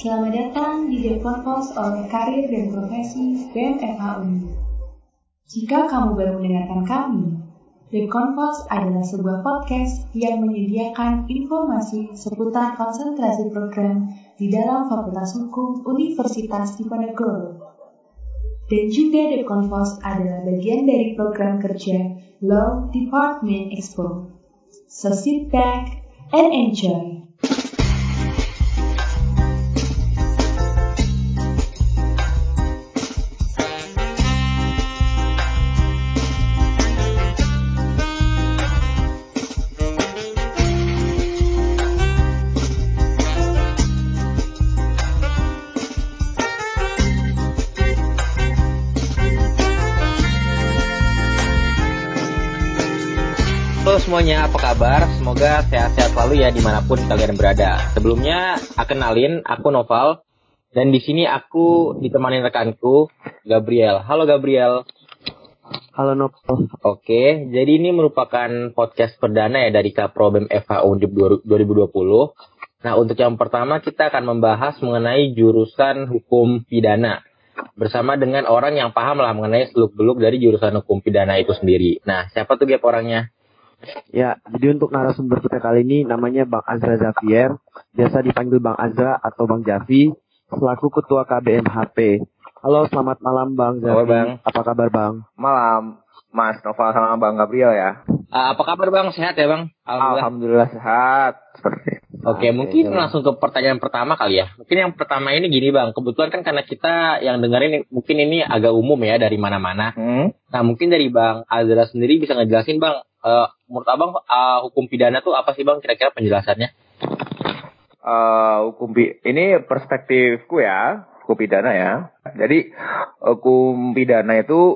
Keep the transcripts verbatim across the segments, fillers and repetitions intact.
Selamat datang di The Podcast oleh Karir dan Profesi B M F H Undip. Jika kamu baru mendengarkan kami, The Converse adalah sebuah podcast yang menyediakan informasi seputar konsentrasi program di dalam Fakultas Hukum Universitas Diponegoro. Dan juga The Converse adalah bagian dari program kerja Law Department Expo. So sit back and enjoy. Halo semuanya, apa kabar? Semoga sehat-sehat selalu ya dimanapun kalian berada. Sebelumnya, aku kenalin, aku Noval. Dan di sini aku ditemani rekanku, Gabriel. Halo Gabriel. Halo Noval. Oke, jadi ini merupakan podcast perdana ya dari Kapro B M F H Undip dua ribu dua puluh. Nah, untuk yang pertama kita akan membahas mengenai jurusan hukum pidana. Bersama dengan orang yang paham lah mengenai seluk-beluk dari jurusan hukum pidana itu sendiri. Nah, siapa tuh Gap orangnya? Ya, jadi untuk narasumber kita kali ini namanya Bang Azra Zafier, biasa dipanggil Bang Azra atau Bang Jafi, selaku Ketua K B M H P. Halo, selamat malam Bang Zafi. Halo Bang. Apa kabar Bang? Malam, Mas Noval sama Bang Gabriel ya. Uh, apa kabar Bang? Sehat ya Bang? Alhamdulillah, Alhamdulillah sehat. Seperti. Oke, mungkin ya. Langsung ke pertanyaan pertama kali ya. Mungkin yang pertama ini gini Bang, kebetulan kan karena kita yang dengerin mungkin ini agak umum ya dari mana-mana. Hmm? Nah mungkin dari Bang Azra sendiri bisa ngejelasin Bang, uh, menurut Abang uh, hukum pidana tuh apa sih Bang kira-kira penjelasannya? Uh, hukum pi- ini perspektifku ya, hukum pidana ya. Jadi hukum pidana itu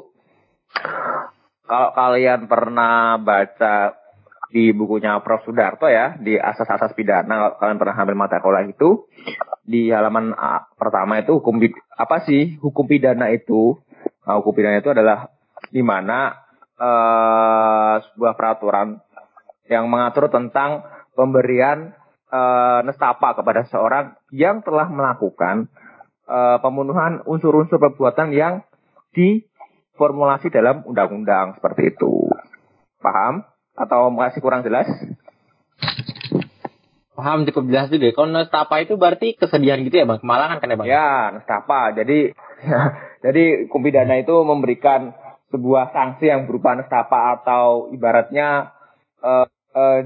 kalau kalian pernah baca di bukunya Profesor Sudarto ya, di asas-asas pidana, kalian pernah ambil mata kuliah itu, di halaman A, pertama itu hukum apa sih hukum pidana itu? Nah, hukum pidana itu adalah di mana uh, sebuah peraturan yang mengatur tentang pemberian uh, nestapa kepada seorang yang telah melakukan uh, pembunuhan unsur-unsur perbuatan yang diformulasi dalam undang-undang seperti itu. Paham? Atau masih kurang jelas? Paham, cukup jelas juga. Kalau nestapa itu berarti kesedihan gitu ya Bang? Kemalangan kan ya Bang? Ya, nestapa. Jadi ya, jadi hukum pidana itu memberikan sebuah sanksi yang berupa nestapa atau ibaratnya uh, uh,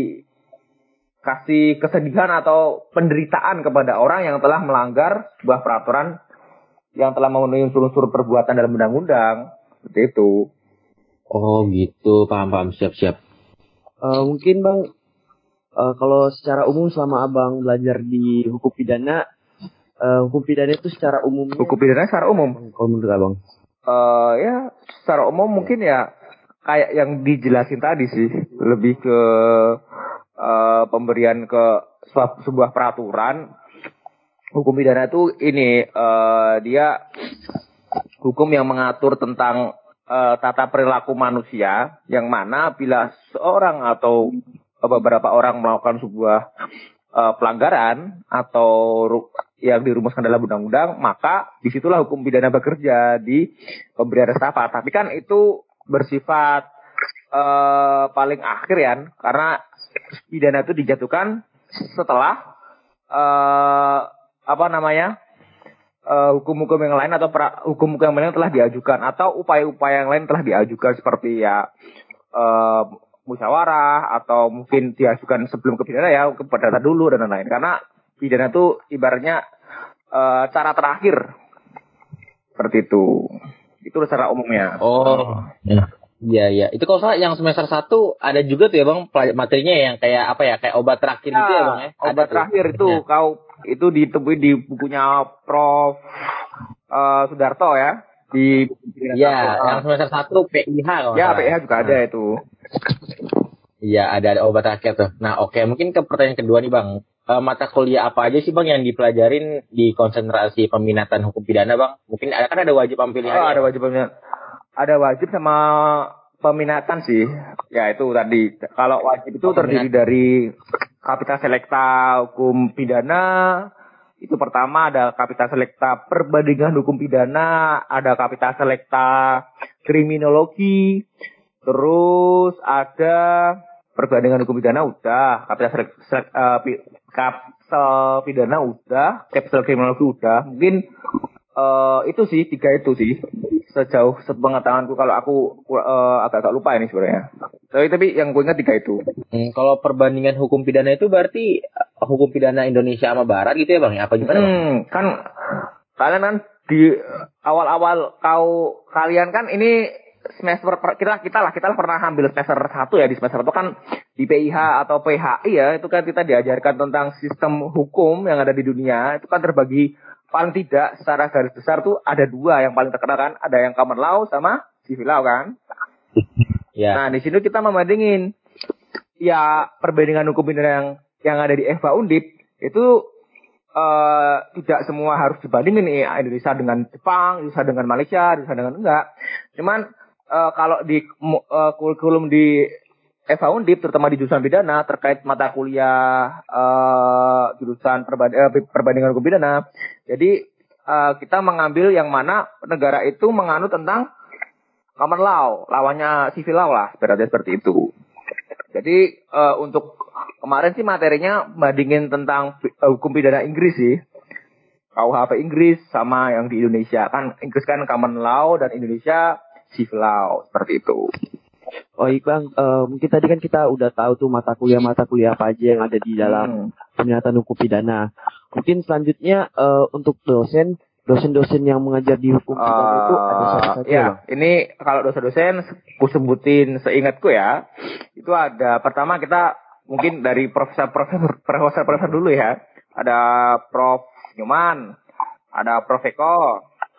dikasih kesedihan atau penderitaan kepada orang yang telah melanggar sebuah peraturan yang telah memenuhi unsur-unsur perbuatan dalam undang-undang. Seperti itu. Oh gitu, paham-paham, siap-siap. Uh, mungkin Bang, uh, kalau secara umum selama Abang belajar di hukum pidana, uh, hukum pidana itu secara umum. Hukum pidana secara umum. Kalau menurut Abang? Uh, ya, secara umum mungkin ya kayak yang dijelasin tadi sih, lebih ke uh, pemberian ke sebuah, sebuah peraturan. Hukum pidana itu ini uh, dia hukum yang mengatur tentang Uh, tata perilaku manusia yang mana bila seorang atau uh, beberapa orang melakukan sebuah uh, pelanggaran atau ru- yang dirumuskan dalam undang-undang, maka disitulah hukum pidana bekerja di pemberian nestapa. Tapi kan itu bersifat uh, paling akhir ya, karena pidana itu dijatuhkan setelah uh, apa namanya Uh, hukum-hukum yang lain atau pra, hukum-hukum yang lain telah diajukan atau upaya-upaya yang lain telah diajukan seperti ya uh, musyawarah atau mungkin diajukan sebelum ke pidana ya ke perdata dulu dan lain-lain, karena pidana itu ibaratnya uh, cara terakhir seperti itu. Itu secara umumnya. Oh ya. Iya, iya. Itu kalau salah yang semester satu ada juga tuh ya Bang materinya yang kayak apa ya, kayak obat terakhir ya, gitu ya Bang ya. Obat ada terakhir tuh, itu ya. Kau itu ditemui di bukunya Prof uh, Sudarto ya. Di Iya, yang semester satu P I H kalau ya, salah. P I H juga nah. Ada itu. Iya, ada, ada obat terakhir tuh. Nah, oke, okay. Mungkin ke pertanyaan kedua nih Bang. Uh, mata kuliah apa aja sih Bang yang dipelajarin di konsentrasi peminatan hukum pidana Bang? Mungkin ada kan ada wajib pemilihan. Oh, ada wajib pemilihan. Ada wajib sama peminatan sih. Ya itu tadi. Kalau wajib itu oh, terdiri peminat. Dari Kapita Selekta Hukum Pidana, Itu pertama ada Kapita Selekta Perbandingan Hukum Pidana, ada Kapita Selekta Kriminologi, terus ada Perbandingan Hukum Pidana udah, Kapita Selekta selek, uh, Kapsel Pidana udah, Kapsel Kriminologi udah. Mungkin uh, itu sih, tiga itu sih. Sejauh sepengetahuanku, kalau aku uh, agak-agak lupa ini sebenarnya. Tapi, tapi yang gue ingat tiga itu. Hmm, kalau perbandingan hukum pidana itu berarti hukum pidana Indonesia sama Barat gitu ya bang? Apa gimana bang? Hmm, kan kalian kan di awal-awal kau kalian kan ini semester kita kita lah kita lah pernah ambil semester satu ya, di semester satu kan di P I H atau P H I ya, itu kan kita diajarkan tentang sistem hukum yang ada di dunia. Itu kan terbagi paling tidak secara garis besar tuh ada dua yang paling terkenal kan, ada yang common law sama civil law kan. Ya. Nah di sini kita membandingin ya perbandingan hukum pidana yang yang ada di F A Undip itu uh, tidak semua harus dibandingin nih Indonesia dengan Jepang, Indonesia dengan Malaysia, Indonesia dengan enggak. Cuman uh, kalau di uh, kurikulum di F A Undip terutama di jurusan pidana terkait mata kuliah uh, jurusan perbanding, uh, perbandingan hukum pidana. Jadi uh, kita mengambil yang mana negara itu menganut tentang common law, lawannya civil law lah, berarti seperti itu. Jadi uh, untuk kemarin sih materinya bandingin tentang uh, hukum pidana Inggris sih. K U H P Inggris sama yang di Indonesia. Kan Inggris kan common law dan Indonesia civil law, seperti itu. Oh Iqbal, uh, mungkin tadi kan kita udah tahu tuh mata kuliah-mata kuliah apa aja yang ada di dalam hmm. peminatan hukum pidana. Mungkin selanjutnya uh, untuk dosen, dosen-dosen yang mengajar di hukum pidana uh, itu ada siapa saja ya, bang? Ini kalau dosen-dosen, aku sebutin seingatku ya. Itu ada, pertama kita mungkin dari profesor-profesor profesor-profesor dulu ya. Ada Prof Nyoman, ada Prof Eko,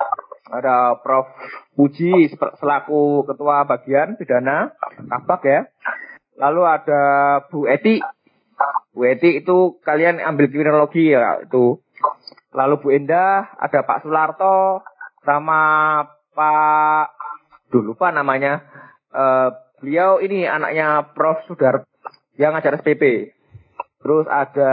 ada Prof Puji selaku ketua bagian pidana Kabak ya. Lalu ada Bu Eti. Bu Eti itu kalian ambil kriminologi ya itu. Lalu Bu Endah, ada Pak Sularto sama Pak Duh lupa namanya. Uh, beliau ini anaknya Prof Sudar yang ngajar S P P. Terus ada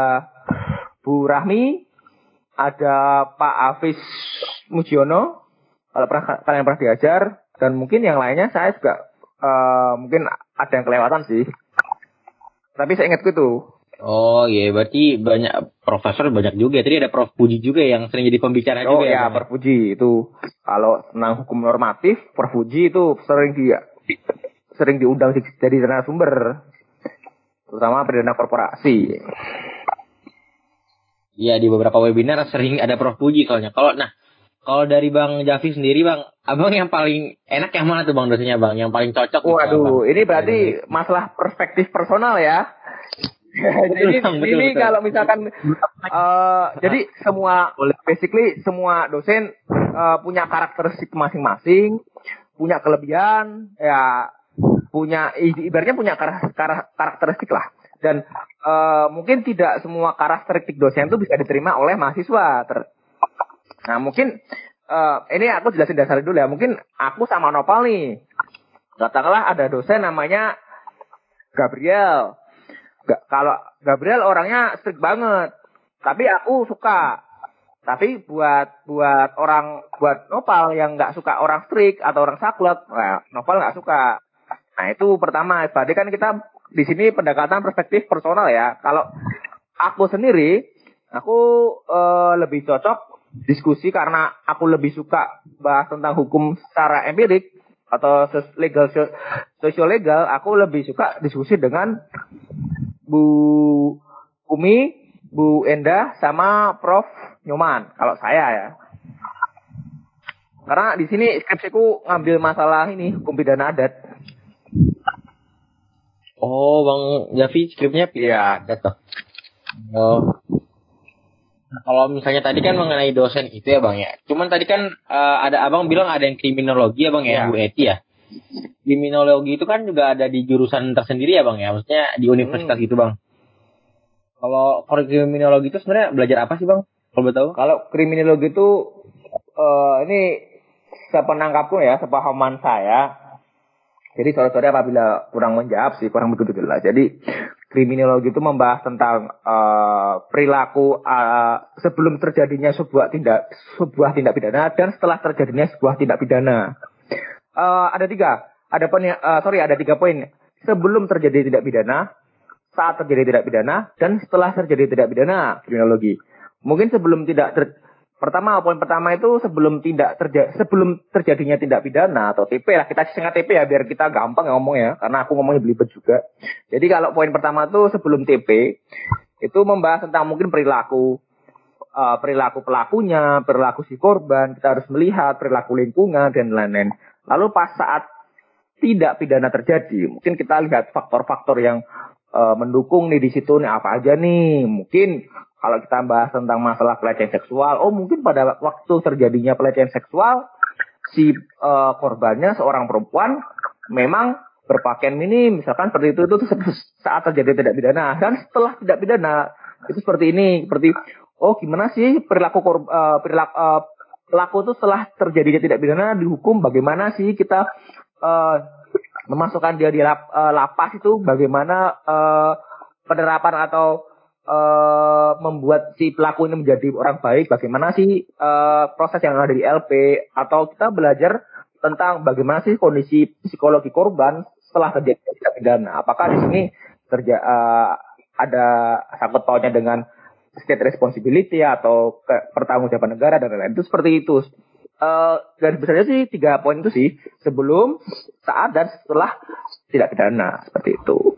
Bu Rahmi, ada Pak Hafiz Mujiono, kalau pernah kalian pernah diajar, dan mungkin yang lainnya saya juga uh, mungkin ada yang kelewatan sih. Tapi saya ingatku itu. Oh iya, berarti banyak profesor banyak juga. Tadi ada Prof Puji juga yang sering jadi pembicara oh, juga ya. Oh ya, Prof Puji itu kalau tentang hukum normatif, Prof Puji itu sering di sering diundang jadi narasumber, terutama pidana korporasi. Iya, di beberapa webinar sering ada Prof Puji soalnya. Kalau nah, kalau dari Bang Jafi sendiri Bang, abang yang paling enak yang mana tuh Bang dosennya Bang? Yang paling cocok? Waduh, ini berarti masalah perspektif personal ya. jadi betul, ini betul. Kalau misalkan uh, jadi semua basically semua dosen uh, punya karakteristik masing-masing, punya kelebihan, ya punya ibaratnya punya karakteristik lah. Dan uh, mungkin tidak semua karakteristik dosen itu bisa diterima oleh mahasiswa. Ter- nah mungkin uh, ini aku jelasin dasar dulu ya. Mungkin aku sama Nopal nih, katakanlah ada dosen namanya Gabriel. Gak, kalau Gabriel orangnya strict banget, tapi aku suka. Tapi buat buat orang buat Nopal yang nggak suka orang strict atau orang saklek, nah, Nopal nggak suka. Nah itu pertama. Berarti kan kita di sini pendekatan perspektif personal ya. Kalau aku sendiri, aku uh, lebih cocok diskusi karena aku lebih suka bahas tentang hukum secara empirik atau legal sosio legal. Aku lebih suka diskusi dengan Bu Umi, Bu Endah, sama Prof Nyoman. Kalau saya ya. Karena di sini skripsiku ngambil masalah ini hukum pidana adat. Oh, Bang Jafi skripnya pidana adat toh. Oh. Nah, kalau misalnya tadi kan mengenai dosen itu ya Bang ya. Cuman tadi kan uh, ada Abang bilang ada yang kriminologi ya Bang ya, ya. Bu Eti ya. Kriminologi itu kan juga ada di jurusan tersendiri ya Bang ya. Maksudnya di universitas hmm. gitu Bang. Kalau kriminologi itu sebenarnya belajar apa sih Bang? Kalau boleh tahu? Kalau kriminologi itu uh, ini sepenangkapku ya, sepahaman saya. Jadi sorry-sorry apabila kurang menjawab sih, kurang begitu jelas. Jadi kriminologi itu membahas tentang uh, perilaku uh, sebelum terjadinya sebuah tindak sebuah tindak pidana dan setelah terjadinya sebuah tindak pidana. Uh, ada tiga, ada poin, uh, sorry ada tiga poin. Sebelum terjadi tindak pidana, saat terjadi tindak pidana, dan setelah terjadi tindak pidana kriminologi. Mungkin sebelum tidak ter, pertama poin pertama itu sebelum tidak terjadi sebelum terjadinya tindak pidana atau T P lah, kita singkat T P ya biar kita gampang ngomong ya, karena aku ngomongnya belibet juga. Jadi kalau poin pertama itu sebelum T P itu membahas tentang mungkin perilaku uh, perilaku pelakunya, perilaku si korban, kita harus melihat perilaku lingkungan dan lain-lain. Lalu pas saat tidak pidana terjadi, mungkin kita lihat faktor-faktor yang uh, mendukung nih di situ nih apa aja nih. Mungkin kalau kita bahas tentang masalah pelecehan seksual, oh mungkin pada waktu terjadinya pelecehan seksual, si uh, korbannya seorang perempuan memang berpakaian minim, misalkan seperti itu, itu saat terjadi tindak pidana. Dan setelah tindak pidana, itu seperti ini, seperti, oh gimana sih perilaku korb, uh, perilaku uh, pelaku itu setelah terjadinya tindak pidana dihukum, bagaimana sih kita uh, memasukkan dia di lap, uh, lapas itu, bagaimana uh, penerapan atau Uh, membuat si pelaku ini menjadi orang baik, bagaimana sih uh, proses yang ada di L P, atau kita belajar tentang bagaimana sih kondisi psikologi korban setelah terjadi tindak pidana. Apakah di sini terja uh, ada sangkut pautnya dengan state responsibility atau pertanggungjawaban negara dan lain-lain. Itu seperti itu. Uh, garis besarnya sih tiga poin itu sih, sebelum, saat, dan setelah tindak pidana, seperti itu.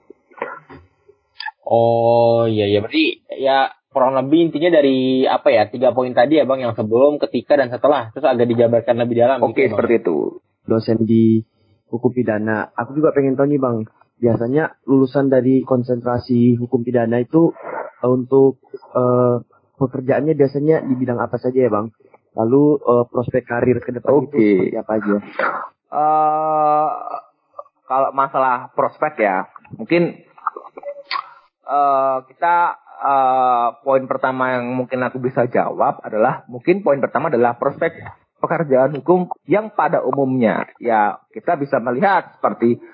Oh iya ya, berarti ya kurang lebih intinya dari apa ya, tiga poin tadi ya Bang, yang sebelum, ketika, dan setelah, terus agak dijabarkan lebih dalam. Oke, gitu, seperti Bang. itu. Dosen di hukum pidana, aku juga pengen tahu nih Bang, biasanya lulusan dari konsentrasi hukum pidana itu uh, untuk uh, pekerjaannya biasanya di bidang apa saja ya Bang? Lalu uh, prospek karir ke depan Oke. itu seperti apa aja? Uh, kalau masalah prospek ya, mungkin Uh, kita uh, poin pertama yang mungkin aku bisa jawab adalah mungkin poin pertama adalah prospek pekerjaan hukum yang pada umumnya ya kita bisa melihat seperti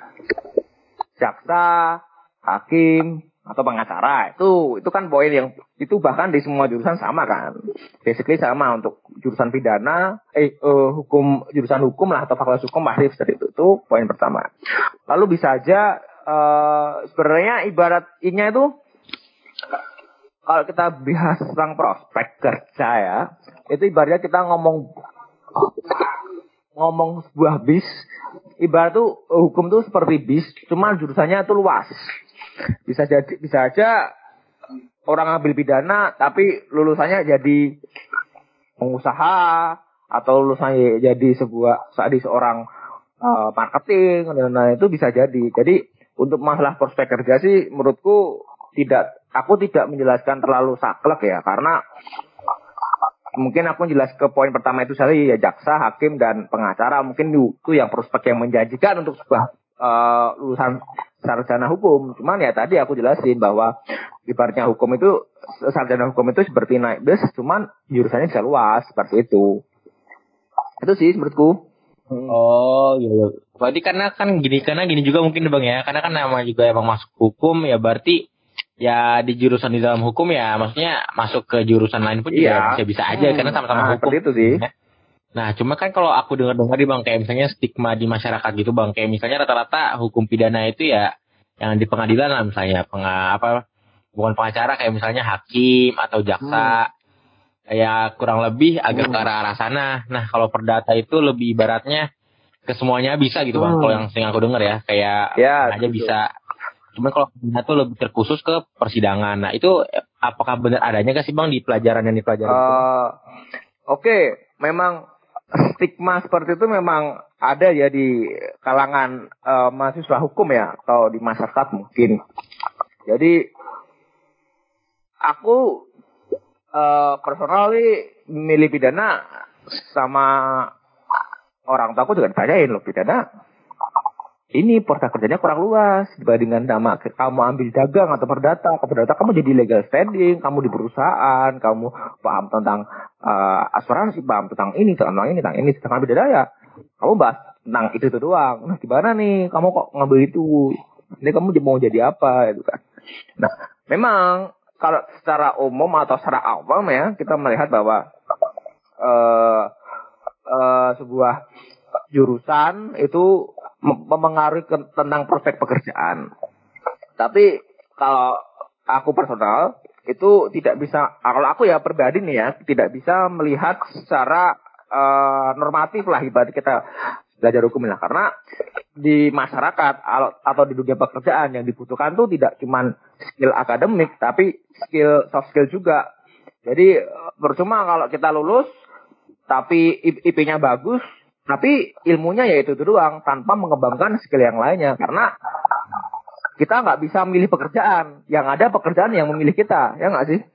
jaksa, hakim atau pengacara. Itu itu kan poin yang itu bahkan di semua jurusan sama kan. Basically sama untuk jurusan pidana, eh uh, hukum jurusan hukum lah atau fakultas hukum pasti seperti itu. Itu poin pertama. Lalu bisa aja Uh, sebenarnya ibaratnya itu kalau kita bahas tentang prospek kerja ya, itu ibaratnya kita ngomong ngomong sebuah bis, ibarat tuh hukum tuh seperti bis, cuma jurusannya itu luas. Bisa jadi bisa aja orang ngambil pidana tapi lulusannya jadi pengusaha atau lulusannya jadi sebuah jadi seorang uh, marketing dan lain-lain, itu bisa jadi. Jadi untuk masalah prospek kerja sih menurutku tidak, aku tidak menjelaskan terlalu saklek ya, karena mungkin aku jelas ke poin pertama itu saja ya, jaksa, hakim, dan pengacara mungkin itu yang prospek yang menjanjikan untuk sebuah uh, lulusan sarjana hukum. Cuman ya tadi aku jelasin bahwa ibaratnya hukum itu, sarjana hukum itu seperti naik bus, cuman jurusannya bisa luas seperti itu. Itu sih menurutku. Hmm. Oh iya, iya. Berarti karena kan gini, karena gini juga mungkin Bang ya, karena kan nama juga emang masuk hukum ya, berarti ya di jurusan di dalam hukum ya, maksudnya masuk ke jurusan lain pun juga bisa-bisa aja, hmm. karena sama-sama nah, hukum. Itu sih. Ya. Nah cuma kan kalau aku dengar-dengar di Bang, kayak misalnya stigma di masyarakat gitu Bang, kayak misalnya rata-rata hukum pidana itu ya yang di pengadilan lah, misalnya peng apa bukan pengacara, kayak misalnya hakim atau jaksa. Hmm. Ya kurang lebih agak hmm. ke arah-arah sana. Nah kalau perdata itu lebih ibaratnya ke semuanya bisa gitu Bang. Hmm. Kalau yang sering aku dengar ya, kayak ya, aja gitu. Bisa. Cuman kalau pidana itu lebih terkhusus ke persidangan. Nah itu apakah benar adanya gak sih Bang di pelajaran yang dipelajari? Uh, Oke, okay. Memang stigma seperti itu memang ada ya di kalangan uh, mahasiswa hukum ya, atau di masyarakat mungkin. Jadi aku Uh, personal nih milih pidana sama orang tua aku juga ditanyain, loh pidana ini portal kerjanya kurang luas dibandingkan sama kamu ambil dagang atau perdata. Ke perdata kamu jadi legal standing, kamu di perusahaan, kamu paham tentang uh, asuransi, paham tentang ini, tentang ini, tentang ini. Tentang pidana ya kamu bahas tentang itu itu doang. Nah gimana nih kamu kok ngambil itu? Ini kamu mau jadi apa gitu kan? Nah, memang kalau secara umum atau secara awam ya, kita melihat bahwa uh, uh, sebuah jurusan itu mempengaruhi tentang prospek pekerjaan. Tapi kalau aku personal itu tidak bisa, kalau aku ya pribadi nih ya, tidak bisa melihat secara uh, normatif lah ibarat kita belajar hukum lah, karena di masyarakat atau di dunia pekerjaan yang dibutuhkan tuh tidak cuma skill akademik, tapi skill soft skill juga. Jadi percuma kalau kita lulus tapi I P-nya bagus, tapi ilmunya ya itu doang tanpa mengembangkan skill yang lainnya, karena kita nggak bisa memilih pekerjaan, yang ada pekerjaan yang memilih kita, ya nggak sih?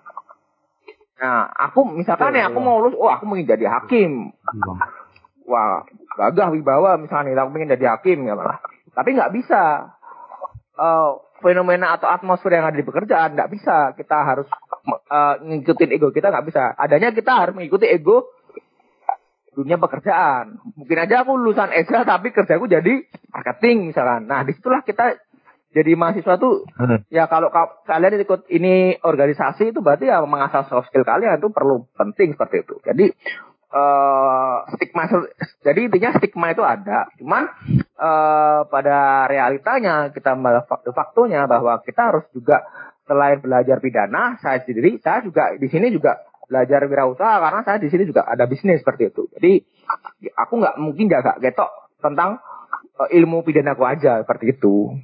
Nah, aku misalkan ya aku mau lulus, oh aku mau jadi hakim. Wah, gagah wibawa misalnya, aku pengen jadi hakim ya malah. Tapi nggak bisa. Uh, fenomena atau atmosfer yang ada di pekerjaan nggak bisa. Kita harus uh, ngikutin ego kita, nggak bisa. Adanya kita harus mengikuti ego dunia pekerjaan. Mungkin aja aku lulusan S H tapi kerjaku jadi marketing misalkan. Nah, disitulah kita jadi mahasiswa tuh hmm. ya kalau ka- kalian ikut ini organisasi itu berarti ya mengasah soft skill kalian itu perlu penting seperti itu. Jadi Uh, stigma, jadi intinya stigma itu ada, cuman uh, pada realitanya kita malah fakta-faktunya bahwa kita harus juga selain belajar pidana, saya sendiri saya juga di sini juga belajar wirausaha karena saya di sini juga ada bisnis seperti itu. Jadi aku nggak mungkin jaga getok tentang uh, ilmu pidanaku aja seperti itu.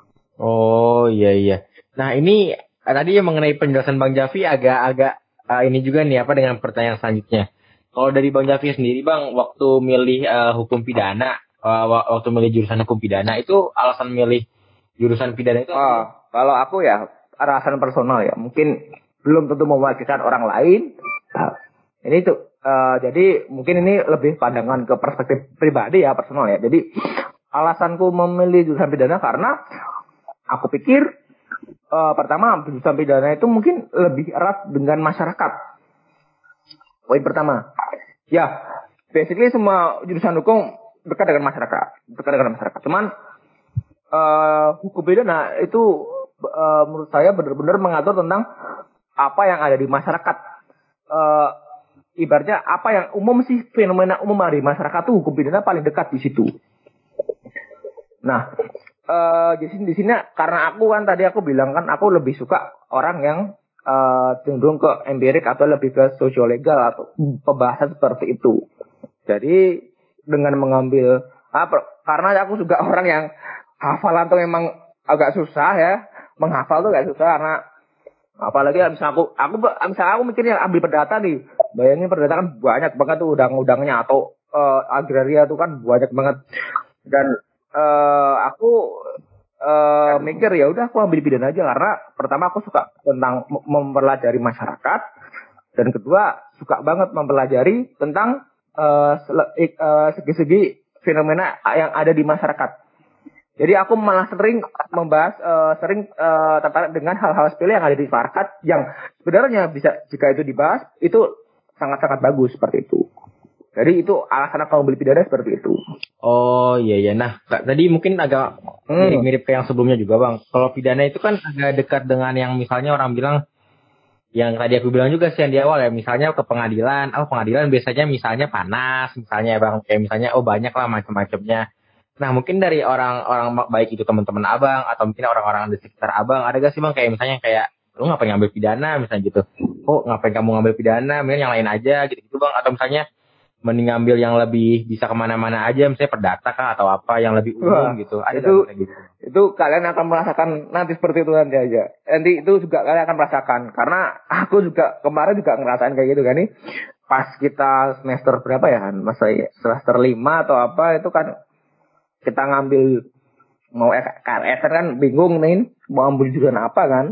Oh iya iya. Nah ini tadi yang mengenai penjelasan Bang Jafi agak-agak uh, ini juga nih apa dengan pertanyaan selanjutnya. Kalau dari Bang Jafi sendiri Bang, waktu milih uh, hukum pidana, uh, waktu milih jurusan hukum pidana itu alasan milih jurusan pidana itu? Oh, kalau aku ya alasan personal ya, mungkin belum tentu mewakilkan orang lain. Nah, ini tuh, uh, jadi mungkin ini lebih pandangan ke perspektif pribadi ya, personal ya. Jadi alasanku memilih jurusan pidana karena aku pikir uh, pertama jurusan pidana itu mungkin lebih erat dengan masyarakat. Poin pertama, ya basically semua jurusan hukum dekat dengan masyarakat, dekat dengan masyarakat. Cuman uh, hukum pidana itu uh, menurut saya benar-benar mengatur tentang apa yang ada di masyarakat. Uh, ibaratnya apa yang umum sih, fenomena umum di masyarakat tuh hukum pidana paling dekat di situ. Nah, uh, di sini di sini karena aku kan tadi aku bilang kan aku lebih suka orang yang Uh, cenderung ke empirik atau lebih ke sosiolegal atau pembahasan seperti itu. Jadi dengan mengambil apa, karena aku juga orang yang hafalan tuh memang agak susah ya, menghafal tuh agak susah karena apalagi misalnya aku aku misalnya aku mikirnya ambil perdata nih, bayangin perdata kan banyak banget tuh undang-undangnya atau uh, agraria tuh kan banyak banget dan uh, aku Uh, mikir ya udah aku ambil pidana aja karena pertama aku suka tentang mempelajari masyarakat dan kedua suka banget mempelajari tentang uh, uh, segi-segi fenomena yang ada di masyarakat. Jadi aku malah sering membahas uh, sering uh, tertarik dengan hal-hal sepele yang ada di masyarakat yang sebenarnya bisa jika itu dibahas itu sangat-sangat bagus seperti itu. Jadi itu alasan aku beli pidana seperti itu. Oh iya iya. Nah tadi mungkin agak mirip-mirip hmm. kayak yang sebelumnya juga Bang. Kalau pidana itu kan agak dekat dengan yang misalnya orang bilang, yang tadi aku bilang juga sih yang di awal ya, misalnya ke pengadilan. Oh pengadilan biasanya misalnya panas, misalnya Bang. Kayak misalnya oh banyak lah macam-macamnya. Nah mungkin dari orang-orang baik itu teman-teman Abang atau mungkin orang-orang di sekitar Abang, ada gak sih Bang kayak misalnya kayak lu ngapain ngambil pidana misalnya gitu. Oh ngapain kamu ngambil pidana, mending yang lain aja gitu-gitu Bang. Atau misalnya mending ngambil yang lebih bisa kemana-mana aja, misalnya perdata kah atau apa yang lebih umum. Wah, gitu. Ada itu gitu. Itu kalian akan merasakan nanti seperti itu nanti aja. Nanti itu juga kalian akan merasakan karena aku juga kemarin juga ngerasain kayak gitu kan nih. Pas kita semester berapa ya kan? Masa ya, semester lima atau apa itu kan kita ngambil mau K R S kan bingung nih mau ambil jurusan apa kan.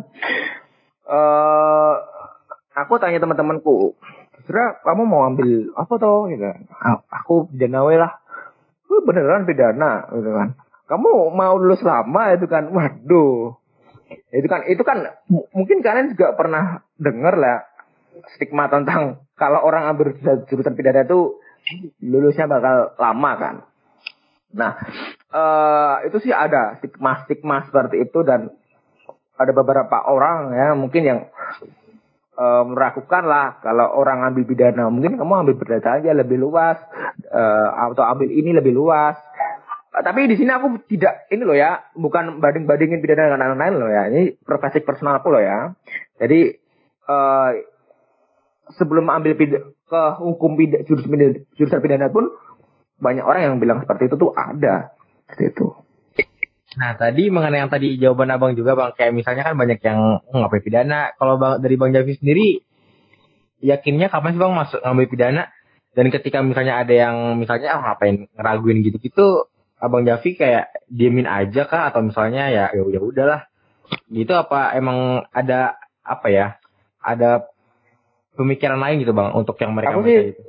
Eh uh, aku tanya teman-temanku, kira kamu mau ambil apa toh gitu. Aku pidana lah. Beneran pidana gitu kan. Kamu mau lulus lama itu kan. Waduh. Itu kan itu kan m- mungkin kalian juga pernah dengar lah stigma tentang kalau orang ambil jurusan pidana itu lulusnya bakal lama kan. Nah, uh, itu sih ada stigma-stigma seperti itu dan ada beberapa orang ya mungkin yang uh, meragukan lah kalau orang ambil pidana, mungkin kamu ambil perdata aja lebih luas, uh, atau ambil ini lebih luas. Uh, tapi di sini aku tidak ini loh ya, bukan banding-bandingin pidana dengan lain-lain loh ya. Ini profesi personal aku loh ya. Jadi uh, sebelum ambil pidana, ke hukum pidana, jurusan pidana, jurusan pidana pun banyak orang yang bilang seperti itu tuh ada, seperti itu. Nah tadi mengenai yang tadi jawaban abang juga bang, kayak misalnya kan banyak yang oh, ngapain pidana. Kalau bang, dari bang Javi sendiri, yakinnya kapan sih bang masuk ngambil pidana? Dan ketika misalnya ada yang misalnya oh, ngapain ngeraguin gitu-gitu, abang Javi kayak diemin aja kah? Atau misalnya ya ya udah udahlah. Gitu apa emang ada apa ya? Ada pemikiran lain gitu bang untuk yang mereka aku mereka sih, gitu?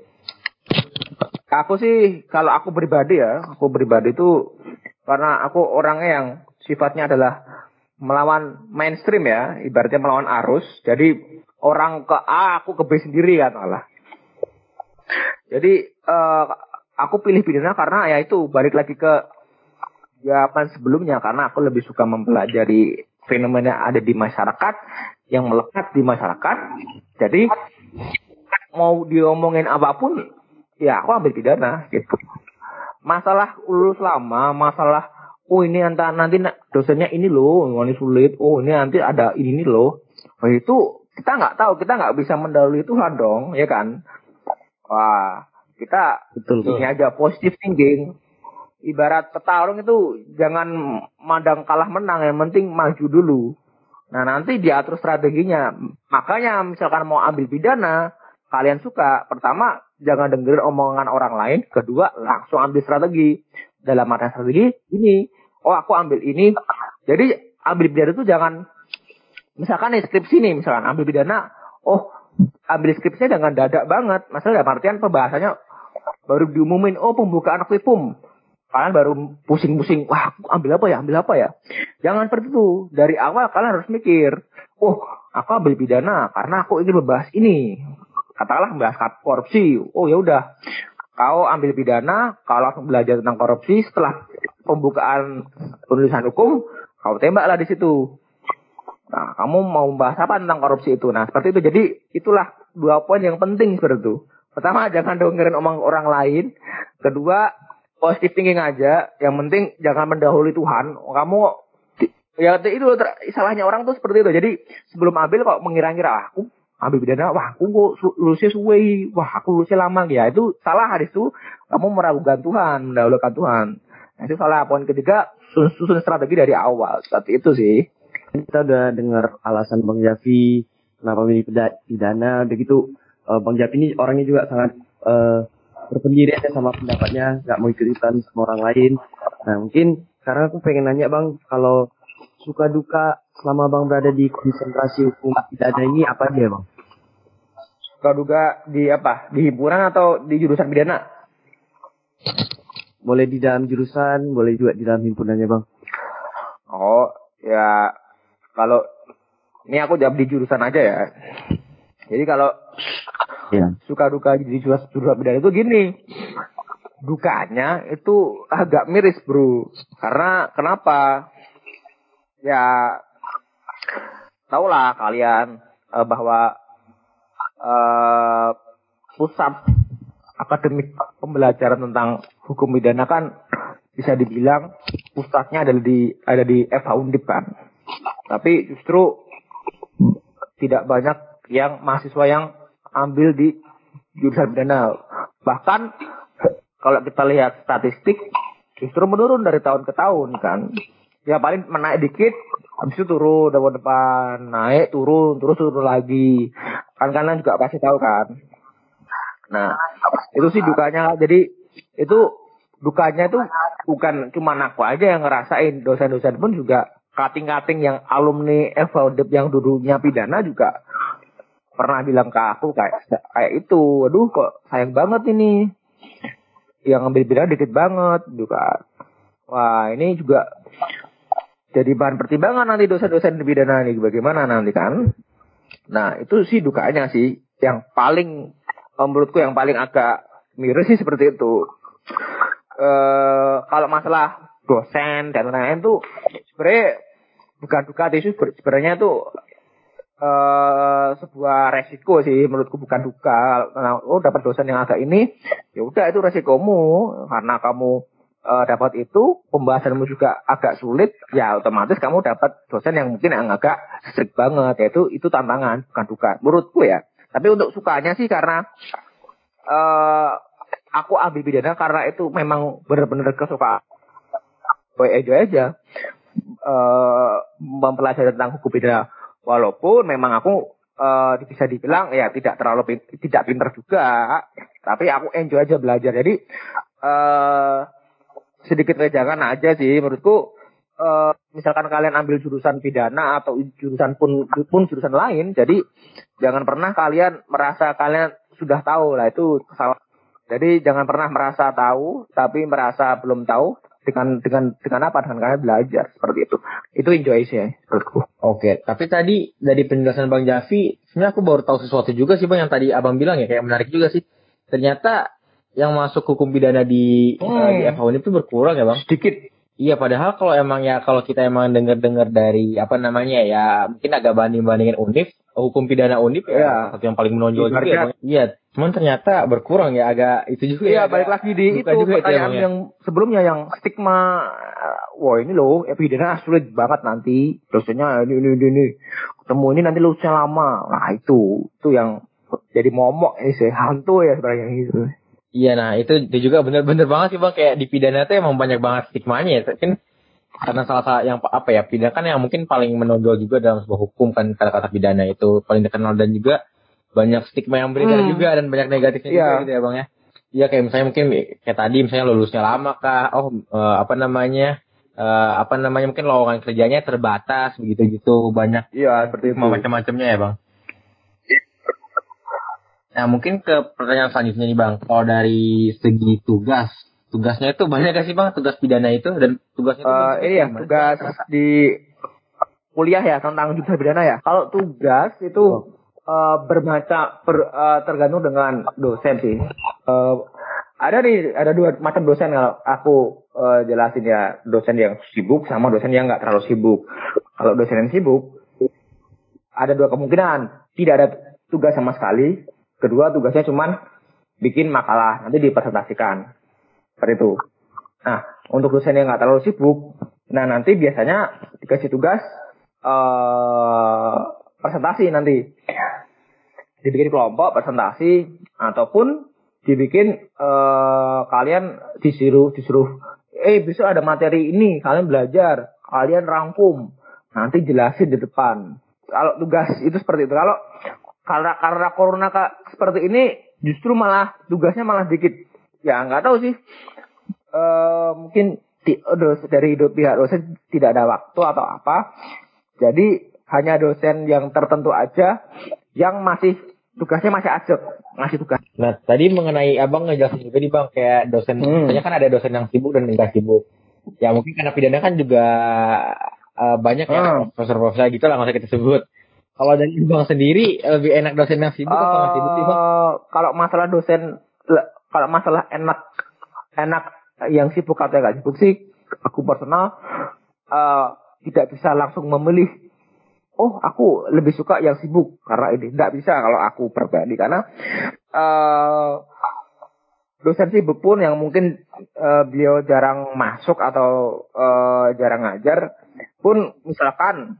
Aku sih kalau aku pribadi ya, aku pribadi itu karena aku orangnya yang sifatnya adalah melawan mainstream ya, ibaratnya melawan arus. Jadi orang ke A, aku ke B sendiri kan malah. Jadi uh, aku pilih pidana karena ya itu balik lagi ke jawaban sebelumnya, karena aku lebih suka mempelajari fenomena yang ada di masyarakat, yang melekat di masyarakat. Jadi mau diomongin apapun, ya aku ambil pidana gitu. Masalah lulus lama, masalah oh ini antara nanti dosennya ini loh, ini sulit, oh ini nanti ada ini nih loh. Oh itu kita nggak tahu, kita nggak bisa mendahului Tuhan dong, ya kan? Wah, kita Betul, ini aja positive thinking. Ibarat petarung itu jangan mandang kalah menang, yang penting maju dulu. Nah nanti diatur strateginya. Makanya misalkan mau ambil pidana, kalian suka, pertama jangan dengerin omongan orang lain, kedua langsung ambil strategi. Dalam arti strategi ini, oh aku ambil ini. Jadi ambil pidana itu jangan, misalkan nih skripsi nih, misalkan ambil pidana, oh ambil skripsinya jangan dadak banget. Masalah dalam artian pembahasannya baru diumumin, oh pembukaan aktifum. Kalian baru pusing-pusing, wah aku ambil apa ya, ambil apa ya. Jangan seperti itu. Dari awal kalian harus mikir, oh aku ambil pidana karena aku ingin membahas ini. Katakanlah membahas korupsi. Oh ya udah, kau ambil pidana, kau langsung belajar tentang korupsi. Setelah pembukaan penulisan hukum, kau tembaklah di situ. Nah, kamu mau membahas apa tentang korupsi itu? Nah, seperti itu. Jadi itulah dua poin yang penting seperti itu. Pertama, jangan dengerin omong orang lain. Kedua, positive thinking aja. Yang penting jangan mendahului Tuhan. Kamu ya itu salahnya orang tuh seperti itu. Jadi sebelum ambil kok mengira-ngira aku ambil pidana, wah aku kok lulusnya suwe, wah aku lulusnya lama ya. Itu salah hadis itu. Kamu meragukan Tuhan, mendahulukan Tuhan. Nah, itu salah. Poin ketiga, susun strategi dari awal. Seperti itu sih. Kita udah dengar alasan Bang Javi kenapa milih pidana, begitu. Uh, Bang Javi ini orangnya juga sangat uh, berpendirian sama pendapatnya, nggak mau ikut-ikutan sama orang lain. Nah mungkin sekarang aku pengen nanya Bang, kalau suka duka selama Bang berada di konsentrasi hukum pidana ini apa aja Bang? Suka duka di apa? Di himpunan atau di jurusan pidana? Boleh di dalam jurusan, boleh juga di dalam himpunannya Bang. Oh ya, kalau ini aku jawab di jurusan aja ya. Jadi kalau ya, suka duka di jurusan, jurusan pidana itu gini. Dukanya itu agak miris bro. Karena kenapa? Ya, tahulah kalian uh, bahwa uh, pusat akademik pembelajaran tentang hukum pidana kan bisa dibilang pusatnya ada di ada di F H Undip kan. Tapi justru tidak banyak yang mahasiswa yang ambil di jurusan pidana. Bahkan kalau kita lihat statistik justru menurun dari tahun ke tahun kan. Ya paling menaik dikit, habis itu turun tahun depan, naik turun, terus turun lagi. Kan kalian juga pasti tahu kan. Nah, itu sih dukanya. Jadi itu dukanya itu bukan cuma aku aja yang ngerasain, dosen-dosen pun juga, kating-kating yang alumni F H Undip yang dulunya pidana juga pernah bilang ke aku kayak kayak itu. Aduh kok sayang banget ini. Yang ngambil pidana dikit banget juga. Wah, ini juga jadi bahan pertimbangan nanti dosen-dosen di pidana nih bagaimana nanti kan. Nah, itu sih dukanya sih yang paling menurutku yang paling agak miris sih seperti itu. E, kalau masalah dosen dan lain-lain tuh sebenarnya bukan duka itu sebenarnya itu uh, sebuah resiko sih menurutku, bukan duka. Nah, lo dapat dosen yang agak ini, ya udah itu resikomu karena kamu uh, dapat itu, pembahasanmu juga agak sulit, ya otomatis kamu dapat dosen yang mungkin yang agak strict banget, yaitu itu tantangan bukan duka menurutku ya. Tapi untuk sukanya sih karena uh, aku ambil pidana karena itu memang benar-benar kesukaan. Boy enjoy aja uh, mempelajari tentang hukum pidana, walaupun memang aku uh, bisa dibilang ya tidak terlalu pin- tidak pintar juga, tapi aku enjoy aja belajar. Jadi uh, sedikit wejangan aja sih menurutku. Uh, misalkan kalian ambil jurusan pidana atau jurusan pun pun jurusan lain, jadi jangan pernah kalian merasa kalian sudah tahu lah, itu kesalahan. Jadi jangan pernah merasa tahu tapi merasa belum tahu. Dengan dengan dengan apa? Dengan kalian belajar seperti itu. Itu enjoy sih ya, menurutku. Oke, tapi tadi dari penjelasan Bang Jafi, sebenarnya aku baru tahu sesuatu juga sih Bang yang tadi Abang bilang ya, kayak menarik juga sih. Ternyata yang masuk hukum pidana di hmm. uh, di F H U N I P itu berkurang ya Bang? Sedikit. Iya, padahal kalau emang ya kalau kita emang dengar-dengar dari apa namanya ya, mungkin agak banding-bandingin U N I F, hukum pidana U N I F ya, ya satu yang paling menonjol juga ya Bang. Iya, cuman ternyata berkurang ya, agak itu juga. Iya, ya, balik lagi di itu pertanyaan ya, yang sebelumnya yang stigma, wah ini loh ya, pidana sulit banget nanti, dosennya ini ini ini, ini. ketemu ini nanti lulusnya lama. Nah itu itu yang jadi momok ini sih, hantu ya sebenarnya gitu. Iya, nah itu, itu juga bener-bener banget sih Bang, kayak di pidana tuh emang banyak banget stigmanya ya, kan karena salah satu yang apa ya, pidana kan yang mungkin paling menonjol juga dalam sebuah hukum kan, kata-kata pidana itu paling dikenal, dan juga banyak stigma yang beredar hmm. juga dan banyak negatifnya yeah. juga gitu ya Bang ya. Iya, kayak misalnya mungkin kayak tadi misalnya lulusnya lama kah, oh uh, apa namanya uh, apa namanya mungkin lowongan kerjanya terbatas begitu gitu, banyak iya yeah, seperti itu macam-macamnya ya Bang. Nah mungkin ke pertanyaan selanjutnya nih Bang, kalau dari segi tugas, tugasnya itu banyak gak sih Bang, tugas pidana itu, dan tugasnya itu uh, ini ya gimana? Tugas di kuliah ya tentang jurusan pidana ya. Kalau tugas itu uh, bermacam ber, uh, tergantung dengan dosen sih. Uh, ada nih ada dua macam dosen kalau aku uh, jelasin ya, dosen yang sibuk sama dosen yang nggak terlalu sibuk. Kalau dosen yang sibuk ada dua kemungkinan, tidak ada tugas sama sekali. Kedua, tugasnya cuman bikin makalah, nanti dipresentasikan. Seperti itu. Nah, untuk dosen yang nggak terlalu sibuk, nah nanti biasanya dikasih tugas uh, presentasi nanti. Dibikin kelompok presentasi, ataupun dibikin uh, kalian disuruh, disuruh, eh besok ada materi ini, kalian belajar, kalian rangkum, nanti jelasin di depan. Kalau tugas itu seperti itu. Kalau Karena karena corona kak seperti ini, justru malah tugasnya malah dikit. Ya nggak tahu sih. E, mungkin di, dari pihak dosen tidak ada waktu atau apa. Jadi hanya dosen yang tertentu aja yang masih tugasnya masih acak, masih tugas. Nah tadi mengenai abang ngejelasin juga nih Bang, kayak dosen, hmm. misalnya kan ada dosen yang sibuk dan nggak sibuk. Ya mungkin karena pidana kan juga uh, banyak ya hmm. profesor-profesor gitu lah, nggak usah kita sebut. Kalau dari Bang sendiri lebih enak dosen yang sibuk uh, atau nggak sibuk sih Bang? Kalau masalah dosen, kalau masalah enak enak yang sibuk atau nggak sibuk sih, aku personal uh, tidak bisa langsung memilih. Oh, aku lebih suka yang sibuk karena ini. Nggak bisa kalau aku pribadi, karena uh, dosen sibuk pun yang mungkin uh, beliau jarang masuk atau uh, jarang ngajar pun, misalkan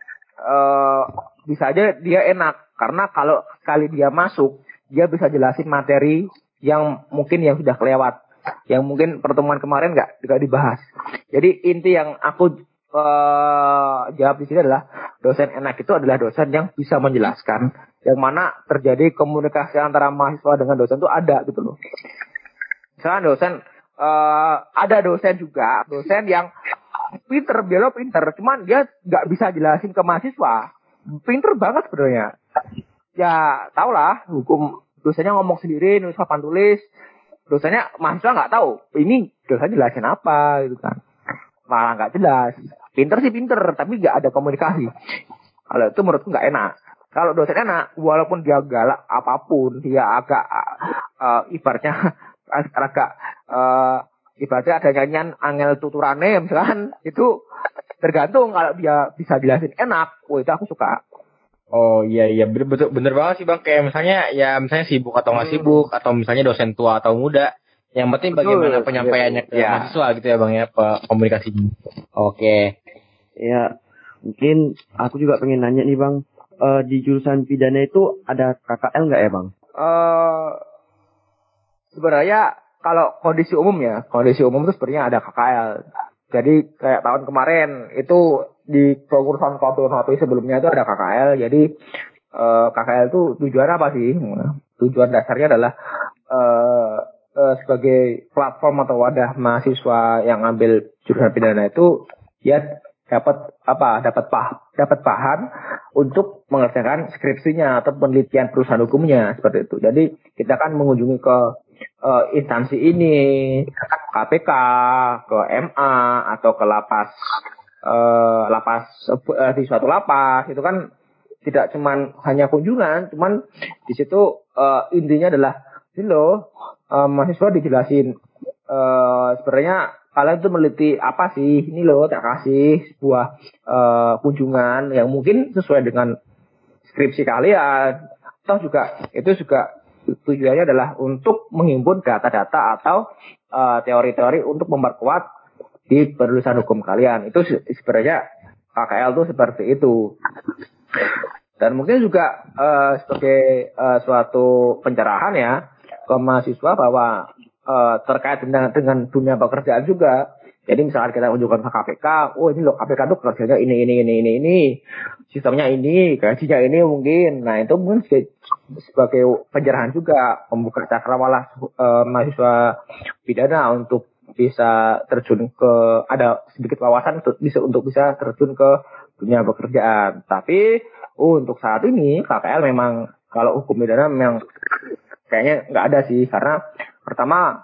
uh, bisa aja dia enak, karena kalau sekali dia masuk, dia bisa jelasin materi yang mungkin yang sudah kelewat, yang mungkin pertemuan kemarin nggak nggak dibahas. Jadi inti yang aku uh, jawab di sini adalah, dosen enak itu adalah dosen yang bisa menjelaskan, yang mana terjadi komunikasi antara mahasiswa dengan dosen itu ada gitu loh. Misalnya dosen, uh, ada dosen juga, dosen yang pinter, beliau pinter, cuman dia nggak bisa jelasin ke mahasiswa. Pinter banget sebenarnya. Ya tau lah, hukum dosennya ngomong sendiri, nulis papan tulis. Dosennya mahasiswa nggak tahu. Ini dosen jelasin apa gitu kan? Malah nggak jelas. Pinter sih pinter, tapi nggak ada komunikasi. Kalau itu menurutku nggak enak. Kalau dosen enak, walaupun dia galak apapun, dia agak uh, ibaratnya agak uh, ibaratnya ada nyanyian angel tuturane misalkan, itu tergantung kalau dia bisa jelasin enak, oh itu aku suka. Oh iya iya bener betul bener banget sih bang, kayak misalnya ya misalnya sibuk atau nggak sibuk atau misalnya dosen tua atau muda, yang penting Betul, bagaimana penyampaiannya ke ya. mahasiswa gitu ya bang ya, komunikasinya. Oke. Ya, mungkin aku juga pengen nanya nih bang, uh, di jurusan pidana itu ada K K L nggak ya bang? Uh, sebenarnya kalau kondisi umum ya, kondisi umum itu sebenarnya ada K K L. Jadi kayak tahun kemarin itu di pengurusan K P M H P sebelumnya itu ada K K L. Jadi uh, K K L itu tujuan apa sih? Tujuan dasarnya adalah uh, uh, sebagai platform atau wadah mahasiswa yang ambil jurusan pidana itu ya dapat apa? Dapat pah, dapat bahan untuk mengerjakan skripsinya atau penelitian perusahaan hukumnya seperti itu. Jadi kita kan mengunjungi ke uh, instansi ini, K P K, ke M A atau ke lapas uh, lapas uh, di suatu lapas itu kan tidak cuman hanya kunjungan, cuman di situ uh, intinya adalah ini loh uh, mahasiswa dijelasin uh, sebenarnya kalian itu meneliti apa sih, ini loh tak kasih sebuah uh, kunjungan yang mungkin sesuai dengan skripsi kalian, atau juga itu juga tujuannya adalah untuk menghimpun data-data atau uh, teori-teori untuk memperkuat di penulisan hukum kalian. Itu sebenarnya K K L itu seperti itu. Dan mungkin juga uh, sebagai uh, suatu pencerahan ya ke mahasiswa bahwa uh, terkait dengan, dengan dunia pekerjaan juga. Jadi misalnya kita unjukkan ke K P K, oh ini loh K P K tuh kerjanya ini, ini, ini, ini, ini. Sistemnya ini, gajinya ini mungkin. Nah itu mungkin sebagai pencerahan juga, membuka cakrawala uh, mahasiswa pidana untuk bisa terjun ke, ada sedikit wawasan untuk bisa, untuk bisa terjun ke dunia pekerjaan. Tapi uh, untuk saat ini K K L memang, kalau hukum pidana memang kayaknya nggak ada sih. Karena pertama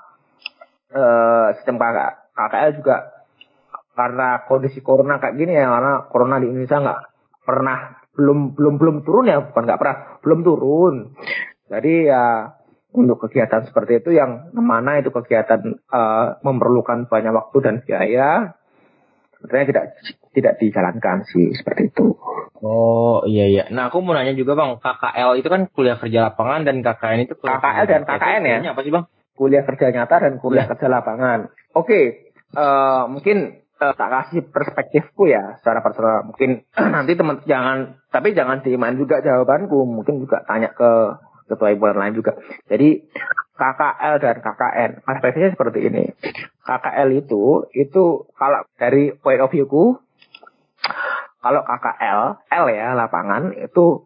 uh, sistem K K L juga karena kondisi corona kayak gini ya, karena corona di Indonesia nggak pernah belum belum belum turun ya, bukan nggak pernah belum turun. Jadi ya untuk kegiatan seperti itu yang mana itu kegiatan uh, memerlukan banyak waktu dan biaya, sebenarnya tidak tidak dijalankan sih seperti itu. Oh iya iya. Nah aku mau nanya juga bang, K K L itu kan kuliah kerja lapangan dan K K N itu K K L dan K K N ya? Apa sih bang? Kuliah kerja nyata dan kuliah kerja lapangan. Oke, okay. uh, mungkin uh, tak kasih perspektifku ya secara personal. Mungkin nanti teman jangan, tapi jangan diiman juga jawabanku. Mungkin juga tanya ke ketua himpunan lain juga. Jadi K K L dan K K N perspektifnya seperti ini. K K L itu itu kalau dari point of view-ku, kalau K K L L ya lapangan itu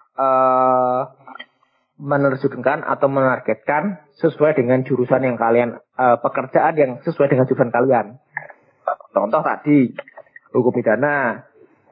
uh, menerjunkan atau menargetkan sesuai dengan jurusan yang kalian, uh, pekerjaan yang sesuai dengan jurusan kalian. Contoh tadi hukum pidana,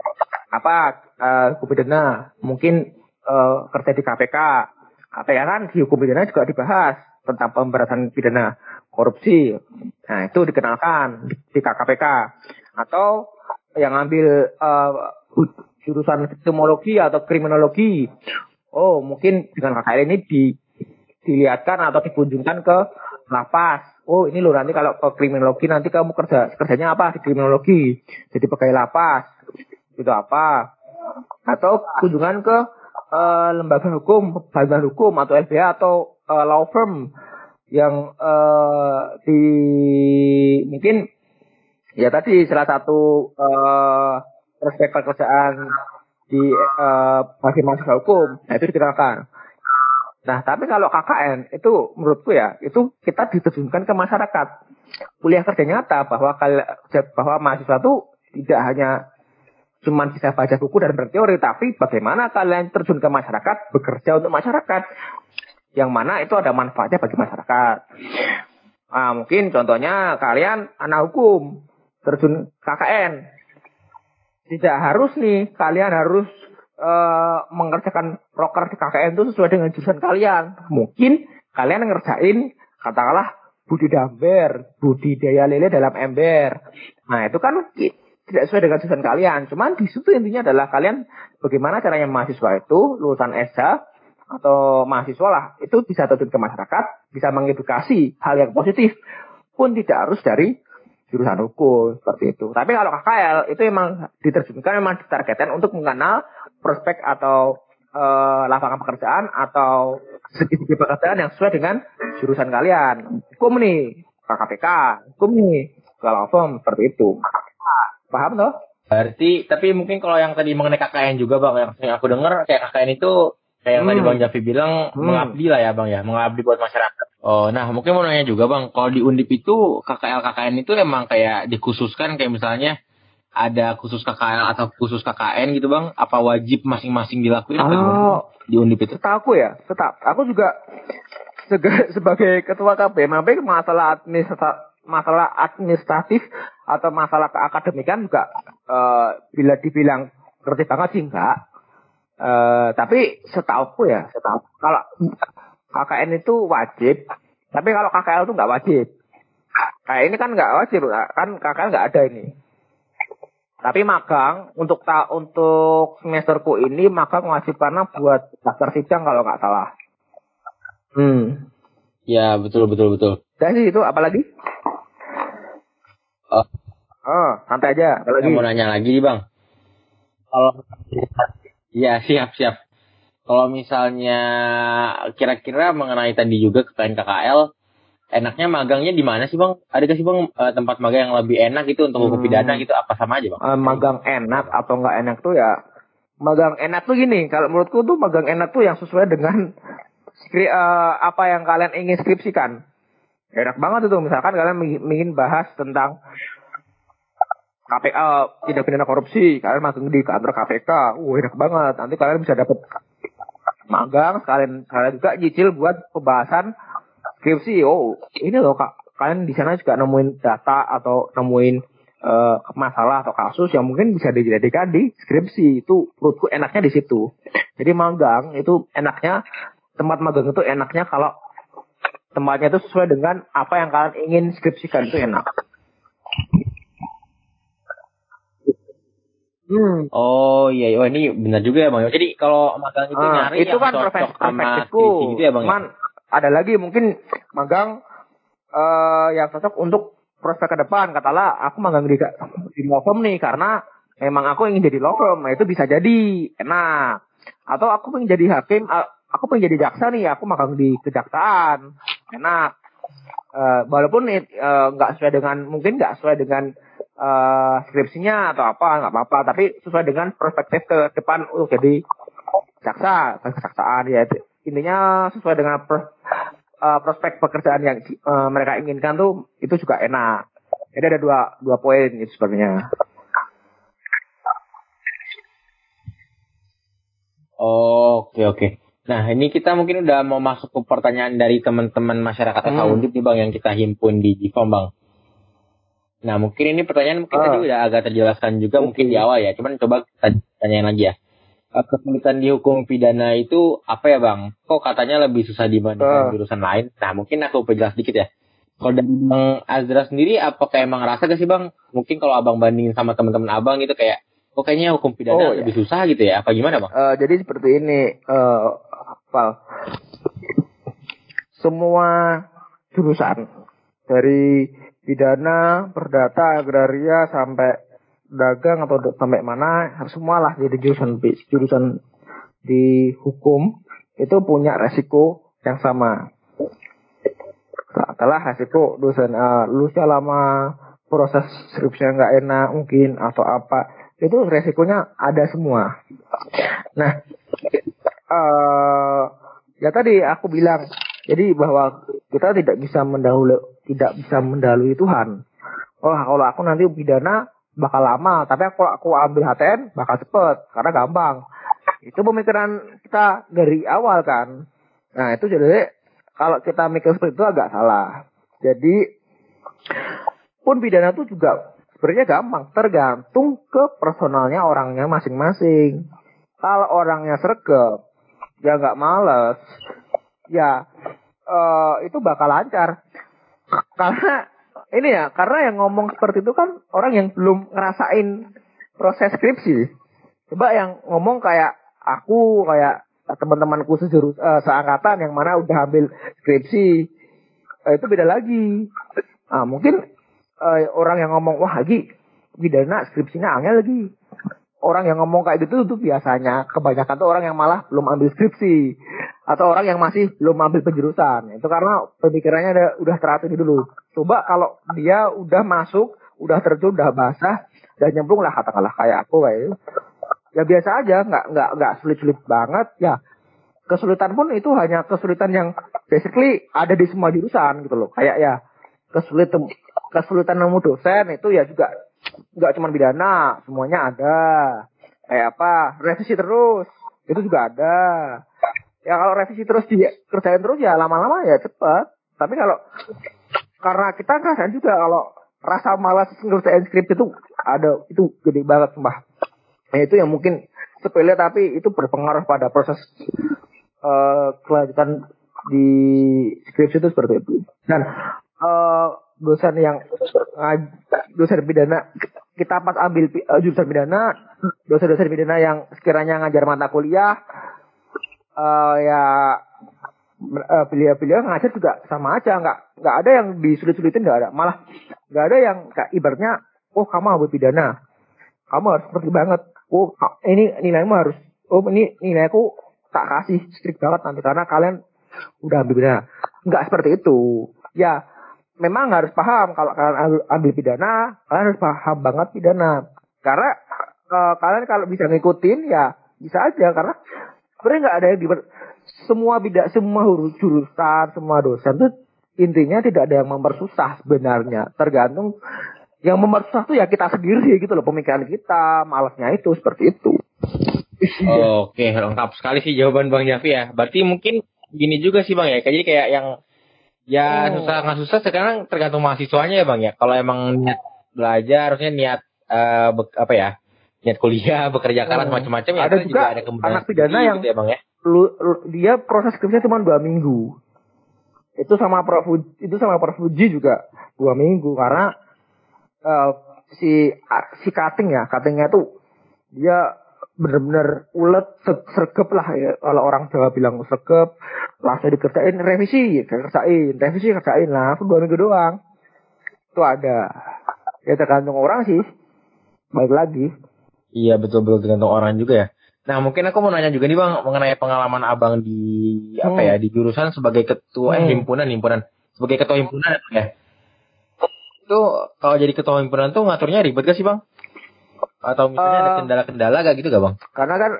apa uh, hukum pidana mungkin uh, kerja di K P K. K P K kan di hukum pidana juga dibahas tentang pemberantasan pidana korupsi. Nah itu dikenalkan di, di K K P K. Atau yang ambil uh, jurusan etimologi atau kriminologi, oh mungkin dengan K K L ini di, dilihatkan atau dikunjungkan ke lapas. Oh ini loh nanti kalau ke kriminologi nanti kamu kerja kerjanya apa di kriminologi, jadi pegawai lapas itu apa. Atau kunjungan ke uh, lembaga hukum, badan hukum atau L B H atau uh, law firm yang uh, di mungkin ya tadi salah satu uh, prospek pekerjaan di uh, bagi mahasiswa hukum, nah itu dikenalkan. Nah tapi kalau K K N itu menurutku ya itu kita diterjunkan ke masyarakat, kuliah kerja nyata bahwa bahwa mahasiswa itu tidak hanya cuman bisa baca buku dan berteori, tapi bagaimana kalian terjun ke masyarakat, bekerja untuk masyarakat, yang mana itu ada manfaatnya bagi masyarakat. Nah, mungkin contohnya kalian anak hukum terjun K K N, tidak harus nih kalian harus uh, mengerjakan proker di K K N itu sesuai dengan jurusan kalian. Mungkin kalian ngerjain katakanlah budidaya ember, budidaya lele dalam ember. Nah itu kan tidak sesuai dengan jurusan kalian. Cuman di situ intinya adalah kalian bagaimana caranya mahasiswa itu lulusan S H atau mahasiswa lah itu bisa terjun ke masyarakat, bisa mengedukasi hal yang positif pun tidak harus dari jurusan hukum seperti itu. Tapi kalau K K L itu memang diterjunkan, memang ditargetkan untuk mengenal prospek atau uh, lapangan pekerjaan atau segi-segi pekerjaan yang sesuai dengan jurusan kalian. Hukum nih, K K P K, hukum nih, law firm seperti itu. Paham toh? Berarti, tapi mungkin kalau yang tadi mengenai K K N juga bang, yang aku dengar kayak K K N itu kayak yang hmm. tadi Bang Javi bilang hmm. mengabdi lah ya bang ya, mengabdi buat masyarakat. Oh, nah mungkin mau nanya juga bang, kalau di Undip itu K K L K K N itu emang kayak dikhususkan kayak misalnya ada khusus K K L atau khusus K K N gitu bang? Apa wajib masing-masing dilakuin? Oh, di Undip itu? Setahu aku ya, tetap. Aku juga sebagai ketua K B M A B masalah administratif, masalah administratif atau masalah keakademikan juga uh, bila dibilang ngerti banget sih enggak. Uh, tapi setauku ya, setahu kalau K K N itu wajib, tapi kalau K K L itu nggak wajib. Kayak ini kan nggak wajib, kan K K L nggak ada ini. Tapi magang untuk ta untuk semesterku ini magang wajib karena buat daftar sidang kalau nggak salah. Hmm. Ya betul betul betul. Dan sih itu apalagi? Oh, oh santai aja. Apalagi? Mau nanya lagi nih bang. Kalau ya siap siap. Kalau misalnya kira-kira mengenai tadi juga ke K K L, enaknya magangnya di mana sih bang? Ada gak sih bang tempat magang yang lebih enak gitu untuk hukum pidana gitu? Apa sama aja bang? Uh, magang enak atau nggak enak tuh ya? Magang enak tuh gini. Kalau menurutku tuh magang enak tuh yang sesuai dengan skri, uh, apa yang kalian ingin skripsikan. Enak banget itu. Misalkan kalian ingin bahas tentang K P K, tindak pidana korupsi, kalian magang di kantor K P K, uh enak banget. Nanti kalian bisa dapat magang, kalian kalian juga nyicil buat pembahasan skripsi. Oh, ini loh kak, kalian di sana juga nemuin data atau nemuin uh, masalah atau kasus yang mungkin bisa dijadikan di skripsi. Itu menurutku enaknya di situ. Jadi magang itu enaknya, tempat magang itu enaknya kalau tempatnya itu sesuai dengan apa yang kalian ingin skripsikan, itu enak. Hmm. Oh iya, oh ini benar juga ya bang. Jadi kalau magang itu ah, nyari itu yang kan cocok sama skripsiku gitu ya bang. Cuman ada lagi mungkin magang uh, yang cocok untuk prospek ke depan. Katalah aku magang di, di law firm nih karena memang aku ingin jadi law firm. Nah itu bisa jadi enak. Atau aku ingin jadi hakim, aku pengen jadi jaksa nih, aku magang di kejaksaan, enak. Uh, walaupun nggak uh, sesuai dengan, mungkin nggak sesuai dengan uh, skripsinya atau apa, nggak apa-apa, tapi sesuai dengan perspektif ke depan untuk uh, jadi jaksa, kejaksaan ya. Intinya sesuai dengan per, uh, prospek pekerjaan yang uh, mereka inginkan tuh, itu juga enak. Jadi ada dua dua poin itu sebenarnya. Oh, oke oke. Nah, ini kita mungkin udah mau masuk ke pertanyaan dari teman-teman masyarakat hmm. Undip nih Bang, yang kita himpun di G-Form Bang. Nah, mungkin ini pertanyaan mungkin uh. tadi udah agak terjelaskan juga okay. mungkin di awal ya. Cuman coba kita tanyain lagi ya. Kesulitan di hukum pidana itu apa ya Bang? Kok katanya lebih susah dibandingkan uh. jurusan lain? Nah, mungkin aku perjelas dikit ya. Kalau dari Bang Azra sendiri, apakah emang rasa gak sih Bang? Mungkin kalau Abang bandingin sama teman-teman Abang gitu kayak, kok kayaknya hukum pidana oh, lebih ya. susah gitu ya? Apa gimana Bang? Uh, jadi seperti ini, uh, Val. Semua jurusan dari pidana, perdata, agraria sampai dagang atau sampai mana, semualah jadi jurusan jurusan di hukum itu punya resiko yang sama. Setelah resiko dosen uh, lulusnya lama, proses skripsinya nggak enak mungkin atau apa, itu resikonya ada semua. Nah, uh, ya tadi aku bilang, jadi bahwa kita tidak bisa mendahului, tidak bisa mendahului Tuhan. Oh, kalau aku nanti pidana bakal lama, tapi aku aku ambil H T N bakal cepet karena gampang. Itu pemikiran kita dari awal kan. Nah, itu jadi kalau kita mikir seperti itu agak salah. Jadi pun pidana itu juga sebenarnya gampang, tergantung ke personalnya orangnya masing-masing. Kalau orangnya sregep, ya nggak males, ya uh, itu bakal lancar. Karena ini ya, karena yang ngomong seperti itu kan orang yang belum ngerasain proses skripsi. Coba yang ngomong kayak aku, kayak teman-temanku sejurus uh, seangkatan yang mana udah ambil skripsi, uh, itu beda lagi. Nah, mungkin uh, orang yang ngomong wah lagi pidana skripsinya angel lagi. Orang yang ngomong kayak gitu tuh biasanya kebanyakan tuh orang yang malah belum ambil skripsi atau orang yang masih belum ambil penjurusan. Itu karena pemikirannya udah, udah teratur dulu. Coba kalau dia udah masuk, udah terjun, udah basah, udah nyemplung lah katakanlah kayak aku kayak itu. Ya biasa aja, nggak nggak nggak sulit-sulit banget. Ya kesulitan pun itu hanya kesulitan yang basically ada di semua jurusan gitu loh. Kayak ya kesulitan kesulitan nemu dosen itu ya juga nggak cuma pidana, semuanya ada. Kayak apa? Revisi terus, itu juga ada. Ya kalau revisi terus dikerjain terus ya lama-lama ya cepat. Tapi kalau karena kita ngerasain juga kalau rasa malas ngerjain skrip itu ada, itu gede banget sumpah. Nah, itu yang mungkin sepele tapi itu berpengaruh pada proses uh, kelanjutan di skripsi itu seperti itu. Dan uh, dosen yang uh, dosen pidana kita pas ambil uh, jurusan pidana, dosen-dosen pidana yang sekiranya ngajar mata kuliah uh, ya uh, beliau-beliau ngajar juga sama aja, nggak nggak ada yang disulit-sulitin, nggak ada, malah nggak ada yang kayak ibaratnya oh kamu ambil pidana kamu harus seperti banget, oh ini nilaimu harus, oh ini nilaiku tak kasih strict banget nanti karena kalian udah ambil pidana. Nggak seperti itu. Ya memang harus paham kalau kalian ambil pidana, kalian harus paham banget pidana. Karena uh, kalian kalau bisa ngikutin ya bisa aja, karena sebenarnya nggak ada yang di semua bidang, semua jurusan, semua dosen tuh intinya tidak ada yang mempersusah sebenarnya. Tergantung yang mempersusah tuh ya kita sendiri gitu loh, pemikiran kita, malasnya itu seperti itu. Oh, oke, okay. Lengkap sekali sih jawaban Bang Jafi ya. Berarti mungkin gini juga sih Bang ya. Jadi kayak yang ya oh. susah nggak susah sekarang tergantung mahasiswanya ya Bang ya. Kalau emang niat belajar, harusnya niat uh, be- apa ya, niat kuliah, bekerja keras hmm. macam-macam ya. Ada juga, juga ada anak pidana yang gitu ya, Bang ya. Lu, lu, dia proses skripsinya cuma dua minggu. Itu sama Prof itu sama Prof Uji juga dua minggu karena uh, si si cutting ya, cuttingnya tuh dia benar-benar ulet sergep lah ya, kalau orang Jawa bilang sergep, langsung dikerjain, revisi kerjain, revisi kerjain lah, dua minggu doang. Itu ada. Ya tergantung orang sih. Baik lagi. Iya betul-betul tergantung orang juga ya. Nah mungkin aku mau nanya juga nih Bang mengenai pengalaman Abang di hmm. apa ya di jurusan sebagai ketua hmm. eh himpunan himpunan sebagai ketua himpunan ya. Itu kalau jadi ketua himpunan tuh ngaturnya ribet gak sih Bang? Atau misalnya uh, ada kendala-kendala gak gitu gak Bang? Karena kan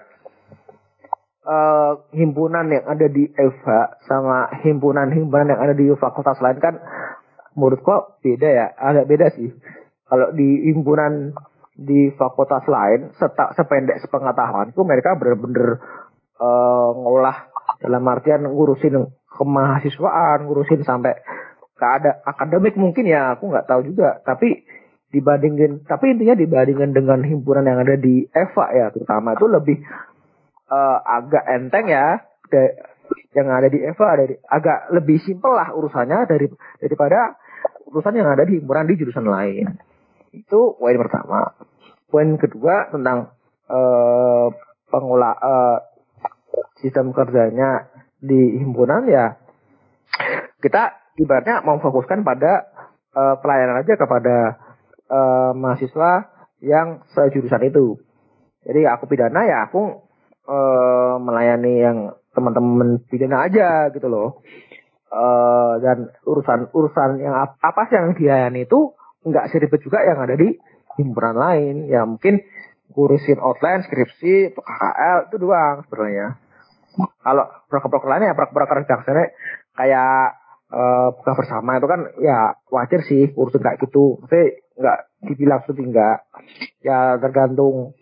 uh, himpunan yang ada di E V A sama himpunan-himpunan yang ada di fakultas lain kan menurutku beda ya, agak beda sih. Kalau di himpunan di fakultas lain setak sependek sepengetahuanku mereka benar-benar uh, ngolah dalam artian ngurusin kemahasiswaan, ngurusin sampai ke ada akademik mungkin ya, aku nggak tahu juga, tapi dibandingin, tapi intinya dibandingin dengan himpunan yang ada di E V A ya, terutama itu lebih uh, agak enteng ya, de, yang ada di E V A dari agak lebih simpel lah urusannya dari daripada urusan yang ada di himpunan di jurusan lain. Itu poin pertama. Poin kedua tentang uh, pengolah uh, sistem kerjanya di himpunan ya, kita ibaratnya memfokuskan pada uh, pelayanan aja kepada Uh, mahasiswa yang sejurusan itu. Jadi aku pidana ya aku uh, melayani yang teman-teman pidana aja gitu loh. Uh, dan urusan-urusan yang ap- apa sih yang dilayani itu nggak seribet juga yang ada di himpunan lain. Ya mungkin ngurusin outline, skripsi, K K L itu doang sebenarnya. Kalau proker-proker lainnya ya proker-proker redaksinya kayak Uh, buka bersama itu kan ya wajar sih urusan kayak gitu, tapi nggak dibilang seperti enggak ya, tergantung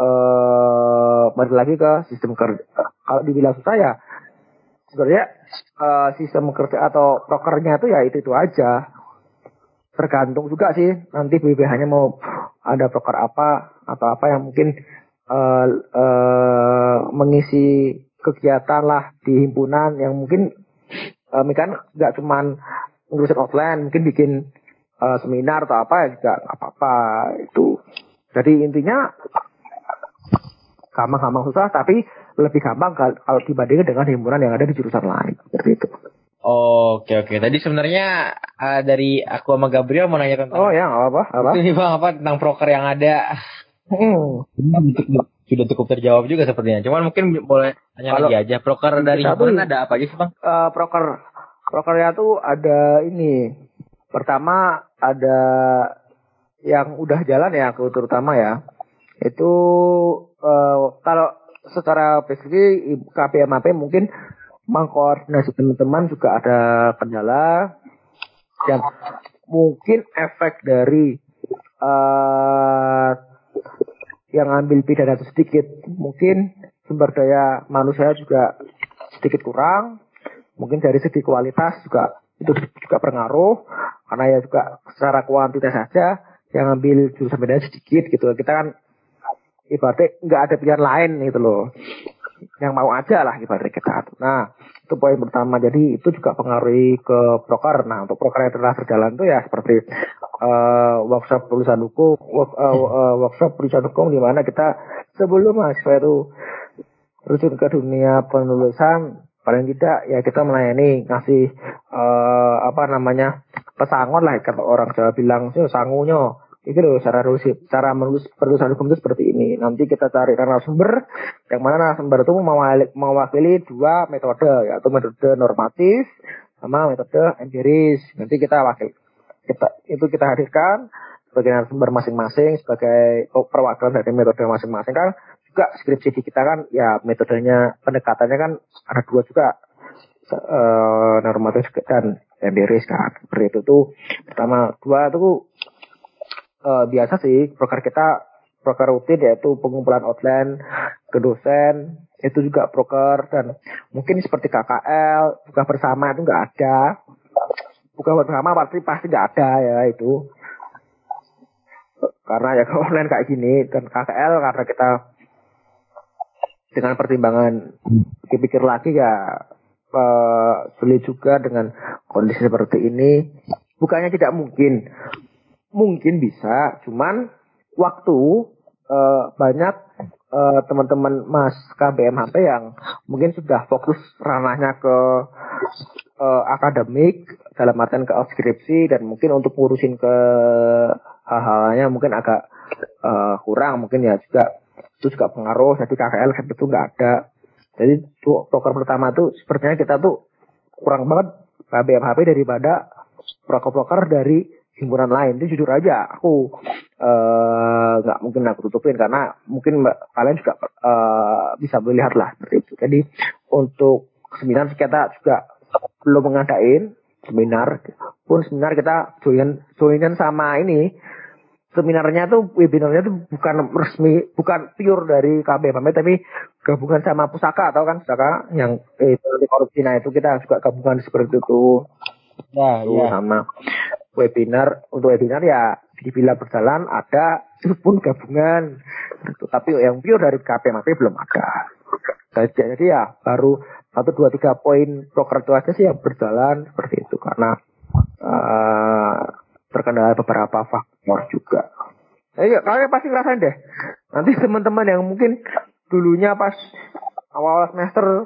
uh, balik lagi ke sistem kerja. Kalau dibilang susah ya sebenarnya uh, sistem kerja atau prokernya itu ya itu itu aja, tergantung juga sih nanti B B H-nya mau ada proker apa atau apa yang mungkin uh, uh, mengisi kegiatan lah di himpunan yang mungkin Um, kan nggak cuman ngurusin offline, mungkin bikin uh, seminar atau apa ya juga nggak apa-apa itu. Jadi intinya gampang-gampang susah, tapi lebih gampang kalau dibandingkan dengan himpunan yang ada di jurusan lain seperti itu. Oke oke. Tadi sebenarnya uh, dari aku sama Gabriel mau nanya tentang. Oh ya, apa apa? Ini bang apa tentang proker yang ada. Hmm. Sudah cukup terjawab juga sepertinya. Cuman mungkin boleh tanya Kalau lagi aja. Proker dari himpunan ada apa aja sih bang? Uh, proker prokernya tuh ada ini. Pertama ada yang udah jalan ya, terutama ya. Itu uh, kalau secara basically K P M A P mungkin mengkoordinasi teman-teman juga ada kendala dan mungkin efek dari uh, yang ambil pidana itu sedikit, mungkin sumber daya manusia juga sedikit kurang, mungkin dari segi kualitas juga itu juga berpengaruh karena ya juga secara kuantitas saja yang ambil jurusan pidana sedikit gitu. Kita kan ibaratnya nggak ada pilihan lain gitu loh, yang mau aja lah ibaratnya kita. Nah itu poin pertama, jadi itu juga pengaruhi ke proker. Nah untuk proker yang telah berjalan itu ya seperti uh, workshop tulisan hukum, work, uh, uh, workshop tulisan hukum di mana kita sebelum mahasiswa itu terjun ke dunia penulisan, paling tidak ya kita melayani ngasih uh, apa namanya pesangon lah, kata orang Jawa bilang sih sangunya. Itu loh cara nulis, cara menulis penulisan hukum itu seperti ini. Nanti kita cari narasumber, yang mana narasumber itu mewakili dua metode, yaitu metode normatif sama metode empiris. Nanti kita wakil, kita itu kita hadirkan sebagai narasumber masing-masing, sebagai perwakilan dari metode masing-masing. Kan juga skripsi kita kan ya metodenya pendekatannya kan ada dua juga, e, normatif dan empiris kan. Seperti itu tuh pertama. Dua itu Uh, biasa sih proker kita, proker rutin yaitu pengumpulan outline ke dosen, itu juga proker. Dan mungkin seperti K K L buka bersama itu nggak ada, buka bersama pasti pasti nggak ada ya itu, karena ya kalau online kayak gini. Dan K K L karena kita dengan pertimbangan dipikir lagi ya uh, sulit juga dengan kondisi seperti ini. Bukannya tidak mungkin, mungkin bisa, cuman waktu uh, banyak uh, teman-teman Mas K B M H P yang mungkin sudah fokus ranahnya ke uh, akademik dalam artian ke skripsi, dan mungkin untuk ngurusin ke hal-halnya mungkin agak uh, kurang, mungkin ya juga itu juga pengaruh. Jadi K K L itu nggak ada. Jadi tuh proker pertama tuh sepertinya kita tuh kurang banget K B M H P daripada proker-proker dari himpunan lain. Itu jujur aja aku nggak uh, mungkin aku tutupin, karena mungkin kalian juga uh, bisa melihat lah seperti itu. Jadi untuk seminar kita juga belum mengadain seminar, pun seminar kita join joinan sama ini. Seminarnya tuh, webinarnya tuh bukan resmi, bukan pure dari K B M H P, tapi gabungan sama pusaka, atau kan pusaka yang eh, korupsi. Nah itu kita juga gabungan seperti itu. Nah, ya. Sama webinar, untuk webinar ya dibilang berjalan ada, itu pun gabungan gitu. Tapi yang pure dari K P M A P belum ada. Jadi ya baru satu dua tiga poin proker itu aja sih yang berjalan seperti itu, karena uh, terkendala beberapa faktor juga. Jadi kalian pasti ngerasain deh. Nanti teman-teman yang mungkin dulunya pas awal semester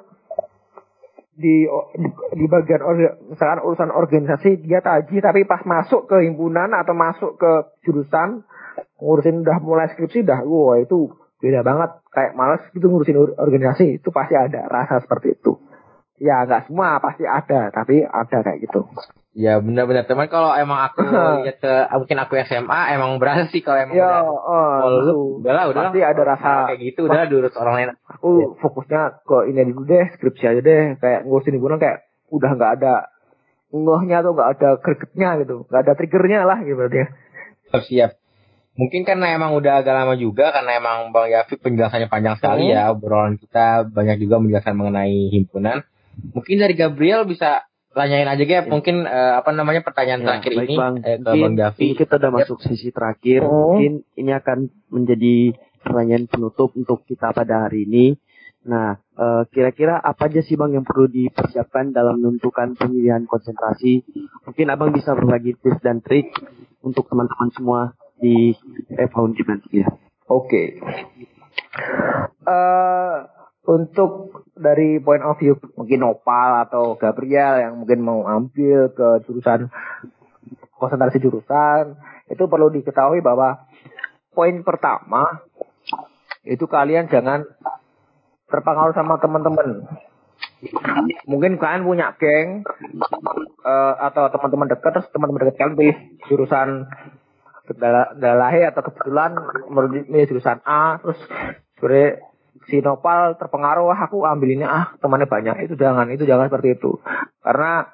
di di, di bagian orga, misalkan urusan organisasi dia taji, tapi pas masuk ke himpunan atau masuk ke jurusan ngurusin udah mulai skripsi dah, wah itu beda banget, kayak malas gitu ngurusin organisasi. Itu pasti ada rasa seperti itu. Ya nggak semua pasti ada, tapi ada kayak gitu. Ya benar-benar teman, kalau emang aku lihat ke mungkin aku S M A emang berasa sih kalau emang ya, udah oh, lu udahlah udah pasti ada rasa kayak gitu, udah diurus orang lain. Aku ya. Fokusnya ke ini dulu deh, skripsi aja deh, kayak ngurusin himpunan kayak udah nggak ada ngehnya tuh, nggak ada gregetnya gitu, nggak ada triggernya lah gitu ya. Siap, siap. Mungkin karena emang udah agak lama juga, karena emang Bang Yafi penjelasannya panjang sekali hmm. ya, obrolan kita banyak juga menjelaskan mengenai himpunan. Mungkin dari Gabriel bisa tanyain aja ya, mungkin uh, apa namanya pertanyaan ya, terakhir ini Bang. Eh, ke Bang Yafi. Kita udah masuk sesi terakhir. Oh. Mungkin ini akan menjadi pertanyaan penutup untuk kita pada hari ini. Nah, uh, kira-kira apa aja sih Bang yang perlu dipersiapkan dalam menentukan pemilihan konsentrasi? Mungkin Abang bisa berbagi tips dan trik untuk teman-teman semua di F H Undip nanti ya. Oke. Okay. Uh, untuk dari point of view mungkin Nopal atau Gabriel yang mungkin mau ambil ke jurusan konsentrasi jurusan, itu perlu diketahui bahwa poin pertama itu kalian jangan terpengaruh sama teman-teman. Mungkin kalian punya geng uh, atau teman-teman dekat, terus teman-teman dekat kalian pilih jurusan Dalahe atau kebetulan milih jurusan A, terus sebenarnya si Nopal terpengaruh, wah aku ambil ini, ah temannya banyak. Itu jangan, itu jangan seperti itu. Karena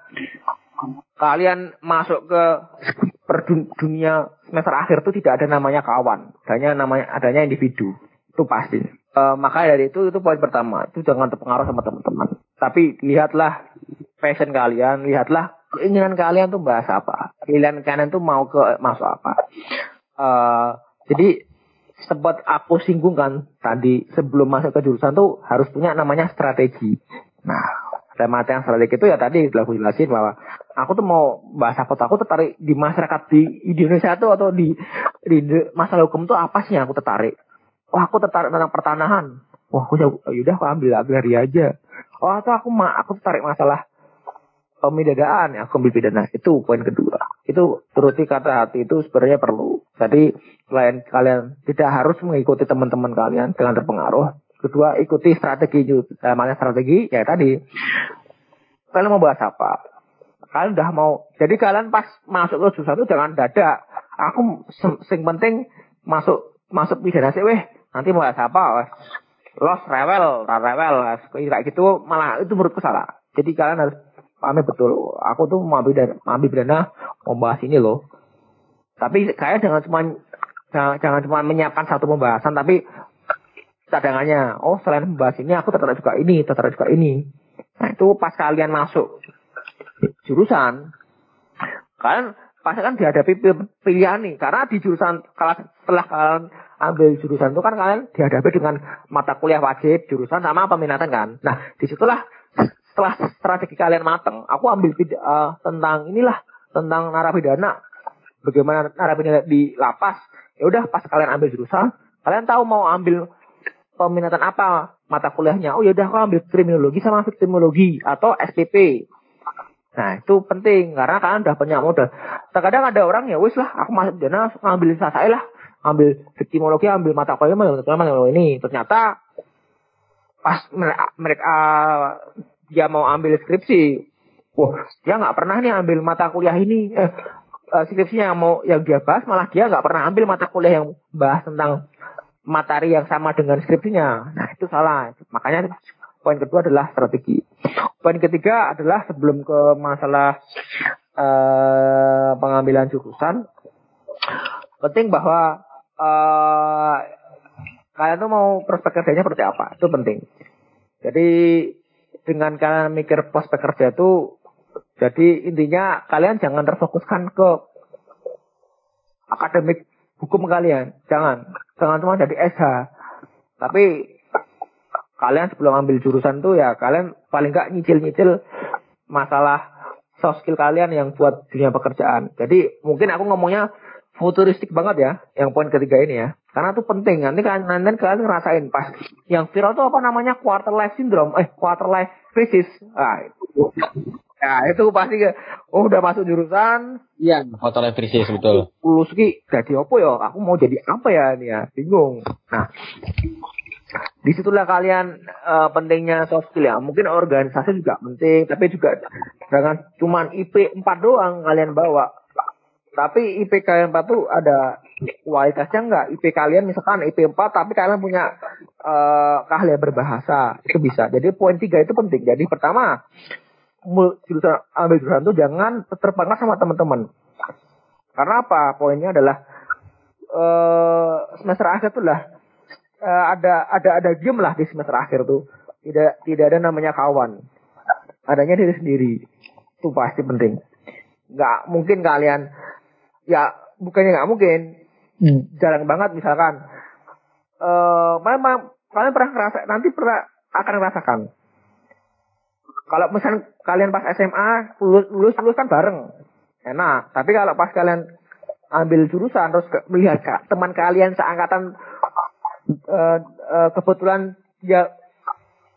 kalian masuk ke per dunia semester akhir itu tidak ada namanya kawan, adanya namanya adanya individu, itu pasti. E, makanya dari itu itu poin pertama, itu jangan terpengaruh sama teman-teman. Tapi lihatlah passion kalian, lihatlah keinginan kalian tuh bahas apa, pilihan kalian tuh mau ke masuk apa. E, jadi sempat aku singgung kan tadi, sebelum masuk ke jurusan tuh harus punya namanya strategi. Nah, tema yang strategi itu ya tadi telah aku jelasin bahwa aku tuh mau bahas apa tuh, aku tertarik di masyarakat di Indonesia tuh atau di, di, di masalah hukum tuh apa sih yang aku tertarik. Wah aku tertarik tentang pertanahan. Wah aku yaudah aku ambil ambil hari aja. Oh atau aku aku tertarik masalah pemidadaan, ya aku ambil pidana. Itu poin kedua. Itu turuti kata hati itu sebenarnya perlu. Jadi selain kalian tidak harus mengikuti teman-teman kalian dengan terpengaruh. Kedua, ikuti strategi juga. Eh, mana strategi? Ya tadi. Kalian mau bahas apa? Kalian udah mau. Jadi kalian pas masuk ke jurusan itu jangan dadak. Aku sing penting masuk masuk pidana sih, weh. Nanti mau bahas apa? Los rewel, rewel, kayak gitu malah itu menurutku salah. Jadi kalian harus pahami betul. Aku tuh mau ambil ambil pidana, mau bahas ini loh. Tapi kalian jangan cuma jangan, jangan cuma menyiapkan satu pembahasan, tapi cadangannya, oh selain membahas ini aku tertarik juga ini, tertarik juga ini. Nah itu pas kalian masuk jurusan, kalian pasti kan dihadapi pilihan nih. Karena di jurusan, setelah kalian ambil jurusan itu kan kalian dihadapi dengan mata kuliah wajib, jurusan sama peminatan kan. Nah disitulah setelah strategi kalian matang, aku ambil uh, tentang inilah, tentang narapidana, bagaimana narapidana di lapas. Ya udah pas kalian ambil jurusan, kalian tahu mau ambil peminatan apa mata kuliahnya. Oh yaudah aku ambil kriminologi sama viktimologi atau S P P. Nah itu penting karena kalian udah punya modal. Terkadang ada orang ya wis lah aku masuk dana ngambil selesai lah, ambil viktimologi, ambil mata kuliah mata kuliah ini. Ternyata pas mereka, mereka dia mau ambil skripsi, wah dia nggak pernah nih ambil mata kuliah ini. Eh, skripsinya yang mau yang dia bahas malah dia nggak pernah ambil mata kuliah yang bahas tentang materi yang sama dengan skripsinya. Nah itu salah. Makanya poin kedua adalah strategi. Poin ketiga adalah sebelum ke masalah uh, pengambilan jurusan, penting bahwa uh, kalian tuh mau prospek kerjanya seperti apa. Itu penting. Jadi dengan kalian mikir prospek kerja itu, jadi intinya kalian jangan terfokuskan ke akademik hukum kalian, jangan, jangan cuma jadi S H. Tapi kalian sebelum ambil jurusan tuh ya kalian paling nggak nyicil-nyicil masalah soft skill kalian yang buat dunia pekerjaan. Jadi mungkin aku ngomongnya futuristik banget ya, yang poin ketiga ini ya, karena itu penting. Nanti kalian nanti kalian ngerasain pas yang viral tuh apa namanya quarter life syndrome, eh quarter life crisis. Ah, itu. Ya itu pasti ke, oh udah masuk jurusan, iya, quarter life crisis betul. Lulus ki jadi apa ya? Aku mau jadi apa ya ini ya? Bingung. Nah, disitulah kalian uh, pentingnya soft skill ya. Mungkin organisasi juga penting, tapi juga jangan cuma I P empat doang kalian bawa. Tapi I P kalian empat tuh ada kualitasnya enggak? I P kalian misalkan I P empat tapi kalian punya uh, keahlian berbahasa, itu bisa. Jadi poin tiga itu penting. Jadi pertama, jurusan ambil jurusan itu jangan terpengaruh sama teman-teman. Karena apa? Poinnya adalah uh, semester akhir itu lah uh, ada ada ada game lah di semester akhir tuh. Tidak tidak ada namanya kawan. Adanya diri sendiri. Itu pasti penting. Nggak mungkin kalian ya bukannya nggak mungkin. Hmm. Jarang banget misalkan. Uh, memang kalian pernah ngerasa nanti pernah akan merasakan. Kalau misalnya kalian pas S M A lulus, lulus lulus kan bareng, enak. Tapi kalau pas kalian ambil jurusan terus ke, melihat kak, teman kalian seangkatan uh, uh, kebetulan dia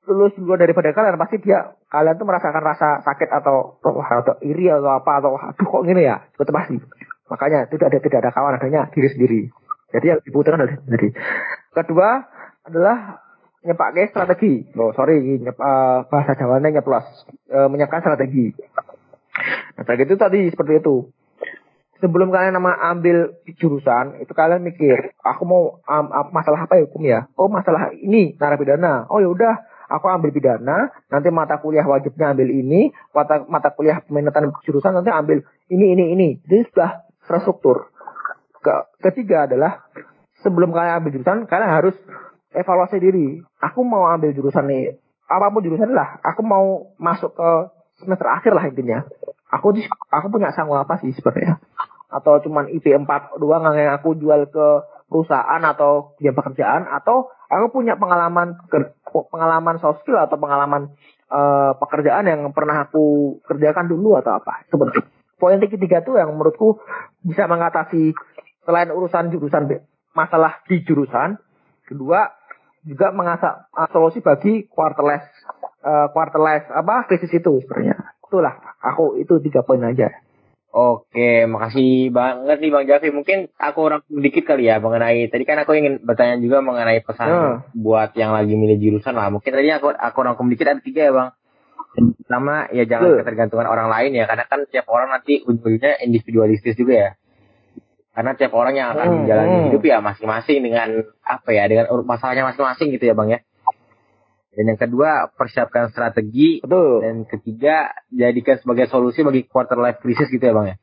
lulus duluan daripada kalian, pasti dia kalian tuh merasakan rasa sakit atau atau iri atau apa atau aduh kok gini ya, itu pasti. Makanya tidak ada tidak ada kawan, adanya diri sendiri. Jadi yang dibutuhkan adalah diri. Kedua adalah nyepakai strategi. Oh sorry, nyep, uh, bahasa Jawanya nyeplos, uh, menyiapkan strategi. Nah, strategi itu tadi seperti itu. Sebelum kalian nama ambil jurusan, itu kalian mikir, aku mau um, um, masalah apa ya hukum ya? Oh masalah ini narapidana. Oh ya udah, aku ambil pidana. Nanti mata kuliah wajibnya ambil ini, mata mata kuliah peminatan jurusan nanti ambil ini ini ini. Jadi sudah terstruktur. Ke, ketiga adalah sebelum kalian ambil jurusan, kalian harus evaluasi diri. Aku mau ambil jurusan nih, apapun jurusan lah. Aku mau masuk ke semester akhir lah intinya. Aku aku punya sanggup apa sih sebenarnya? Atau cuman I P empat doang yang aku jual ke perusahaan atau dia pekerjaan, atau aku punya pengalaman pengalaman soft skill atau pengalaman uh, pekerjaan yang pernah aku kerjakan dulu atau apa? Seperti poin ketiga tuh yang menurutku bisa mengatasi selain urusan jurusan masalah di jurusan. Kedua juga mengasah solusi bagi quarterless uh, quarterless apa krisis itu sebenarnya. Itulah aku itu tiga poin aja. Oke, makasih banget nih Bang Jafi. Mungkin aku rangkum dikit kali ya mengenai tadi kan aku ingin bertanya juga mengenai pesan hmm. buat yang lagi milih jurusan lah. Mungkin tadi aku aku rangkum dikit ada tiga ya Bang. Yang pertama ya jangan hmm. ketergantungan orang lain ya, karena kan tiap orang nanti ujung-ujungnya individualistis juga ya. Karena tiap orang yang akan hmm. menjalani hidup ya masing-masing dengan apa ya, dengan masalahnya masing-masing gitu ya Bang ya. Dan yang kedua, persiapkan strategi. Betul. Dan ketiga, jadikan sebagai solusi bagi quarter life crisis gitu ya Bang ya.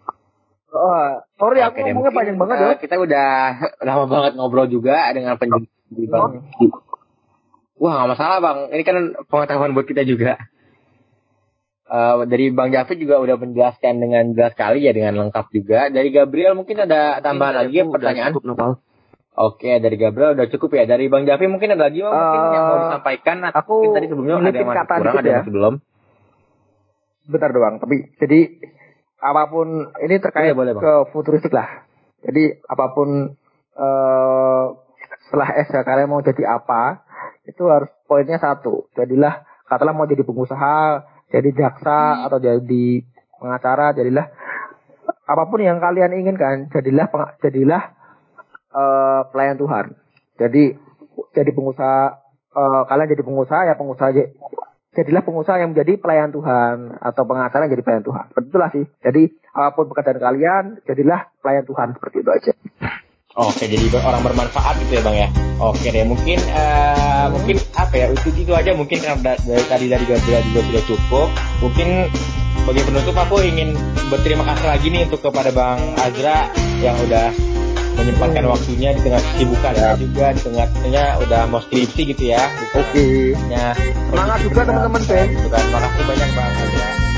Oh, sorry aku Oke, ngomongnya panjang banget ya. Kita udah lama banget ngobrol juga dengan penjelasan Bang. Wah nggak masalah Bang, ini kan pengetahuan buat kita juga. Uh, dari Bang Jafi juga udah menjelaskan dengan jelas sekali ya, dengan lengkap juga. Dari Gabriel mungkin ada tambahan lagi ya, pertanyaan? Cukup, Nopal. Oke, dari Gabriel udah cukup ya. Dari Bang Jafi mungkin ada lagi uh, mungkin yang mau disampaikan. Aku mungkin tadi sebelumnya ada yang masih kurang, ada yang masih belum. Bentar doang, tapi jadi apapun ini terkait oh, ya, boleh, ke futuristik lah. Jadi apapun uh, setelah S ya, kalian mau jadi apa, itu harus poinnya satu. Jadilah, katakanlah mau jadi pengusaha, jadi jaksa hmm. atau jadi pengacara, jadilah apapun yang kalian inginkan, jadilah peng, jadilah Uh, pelayan Tuhan. Jadi jadi pengusaha, uh, kalian jadi pengusaha ya pengusaha jadilah pengusaha yang menjadi pelayan Tuhan, atau pengacara yang jadi pelayan Tuhan. Betullah sih. Jadi apapun pekerjaan kalian, jadilah pelayan Tuhan, seperti itu aja. Oke, jadi orang bermanfaat gitu ya Bang ya. Oke deh, mungkin uh, mungkin apa ya, itu itu aja mungkin karena dari tadi dari Gabriel juga sudah cukup. Mungkin bagi penutup aku ingin berterima kasih lagi nih untuk kepada Bang Azra yang udah menyempatkan hmm. waktunya di tengah kesibukannya ya. Juga di tengah-tengahnya udah mau skripsi gitu ya. Oke. Okay. Semangat juga teman-teman Ben. Terima kasih banyak Bang Azra.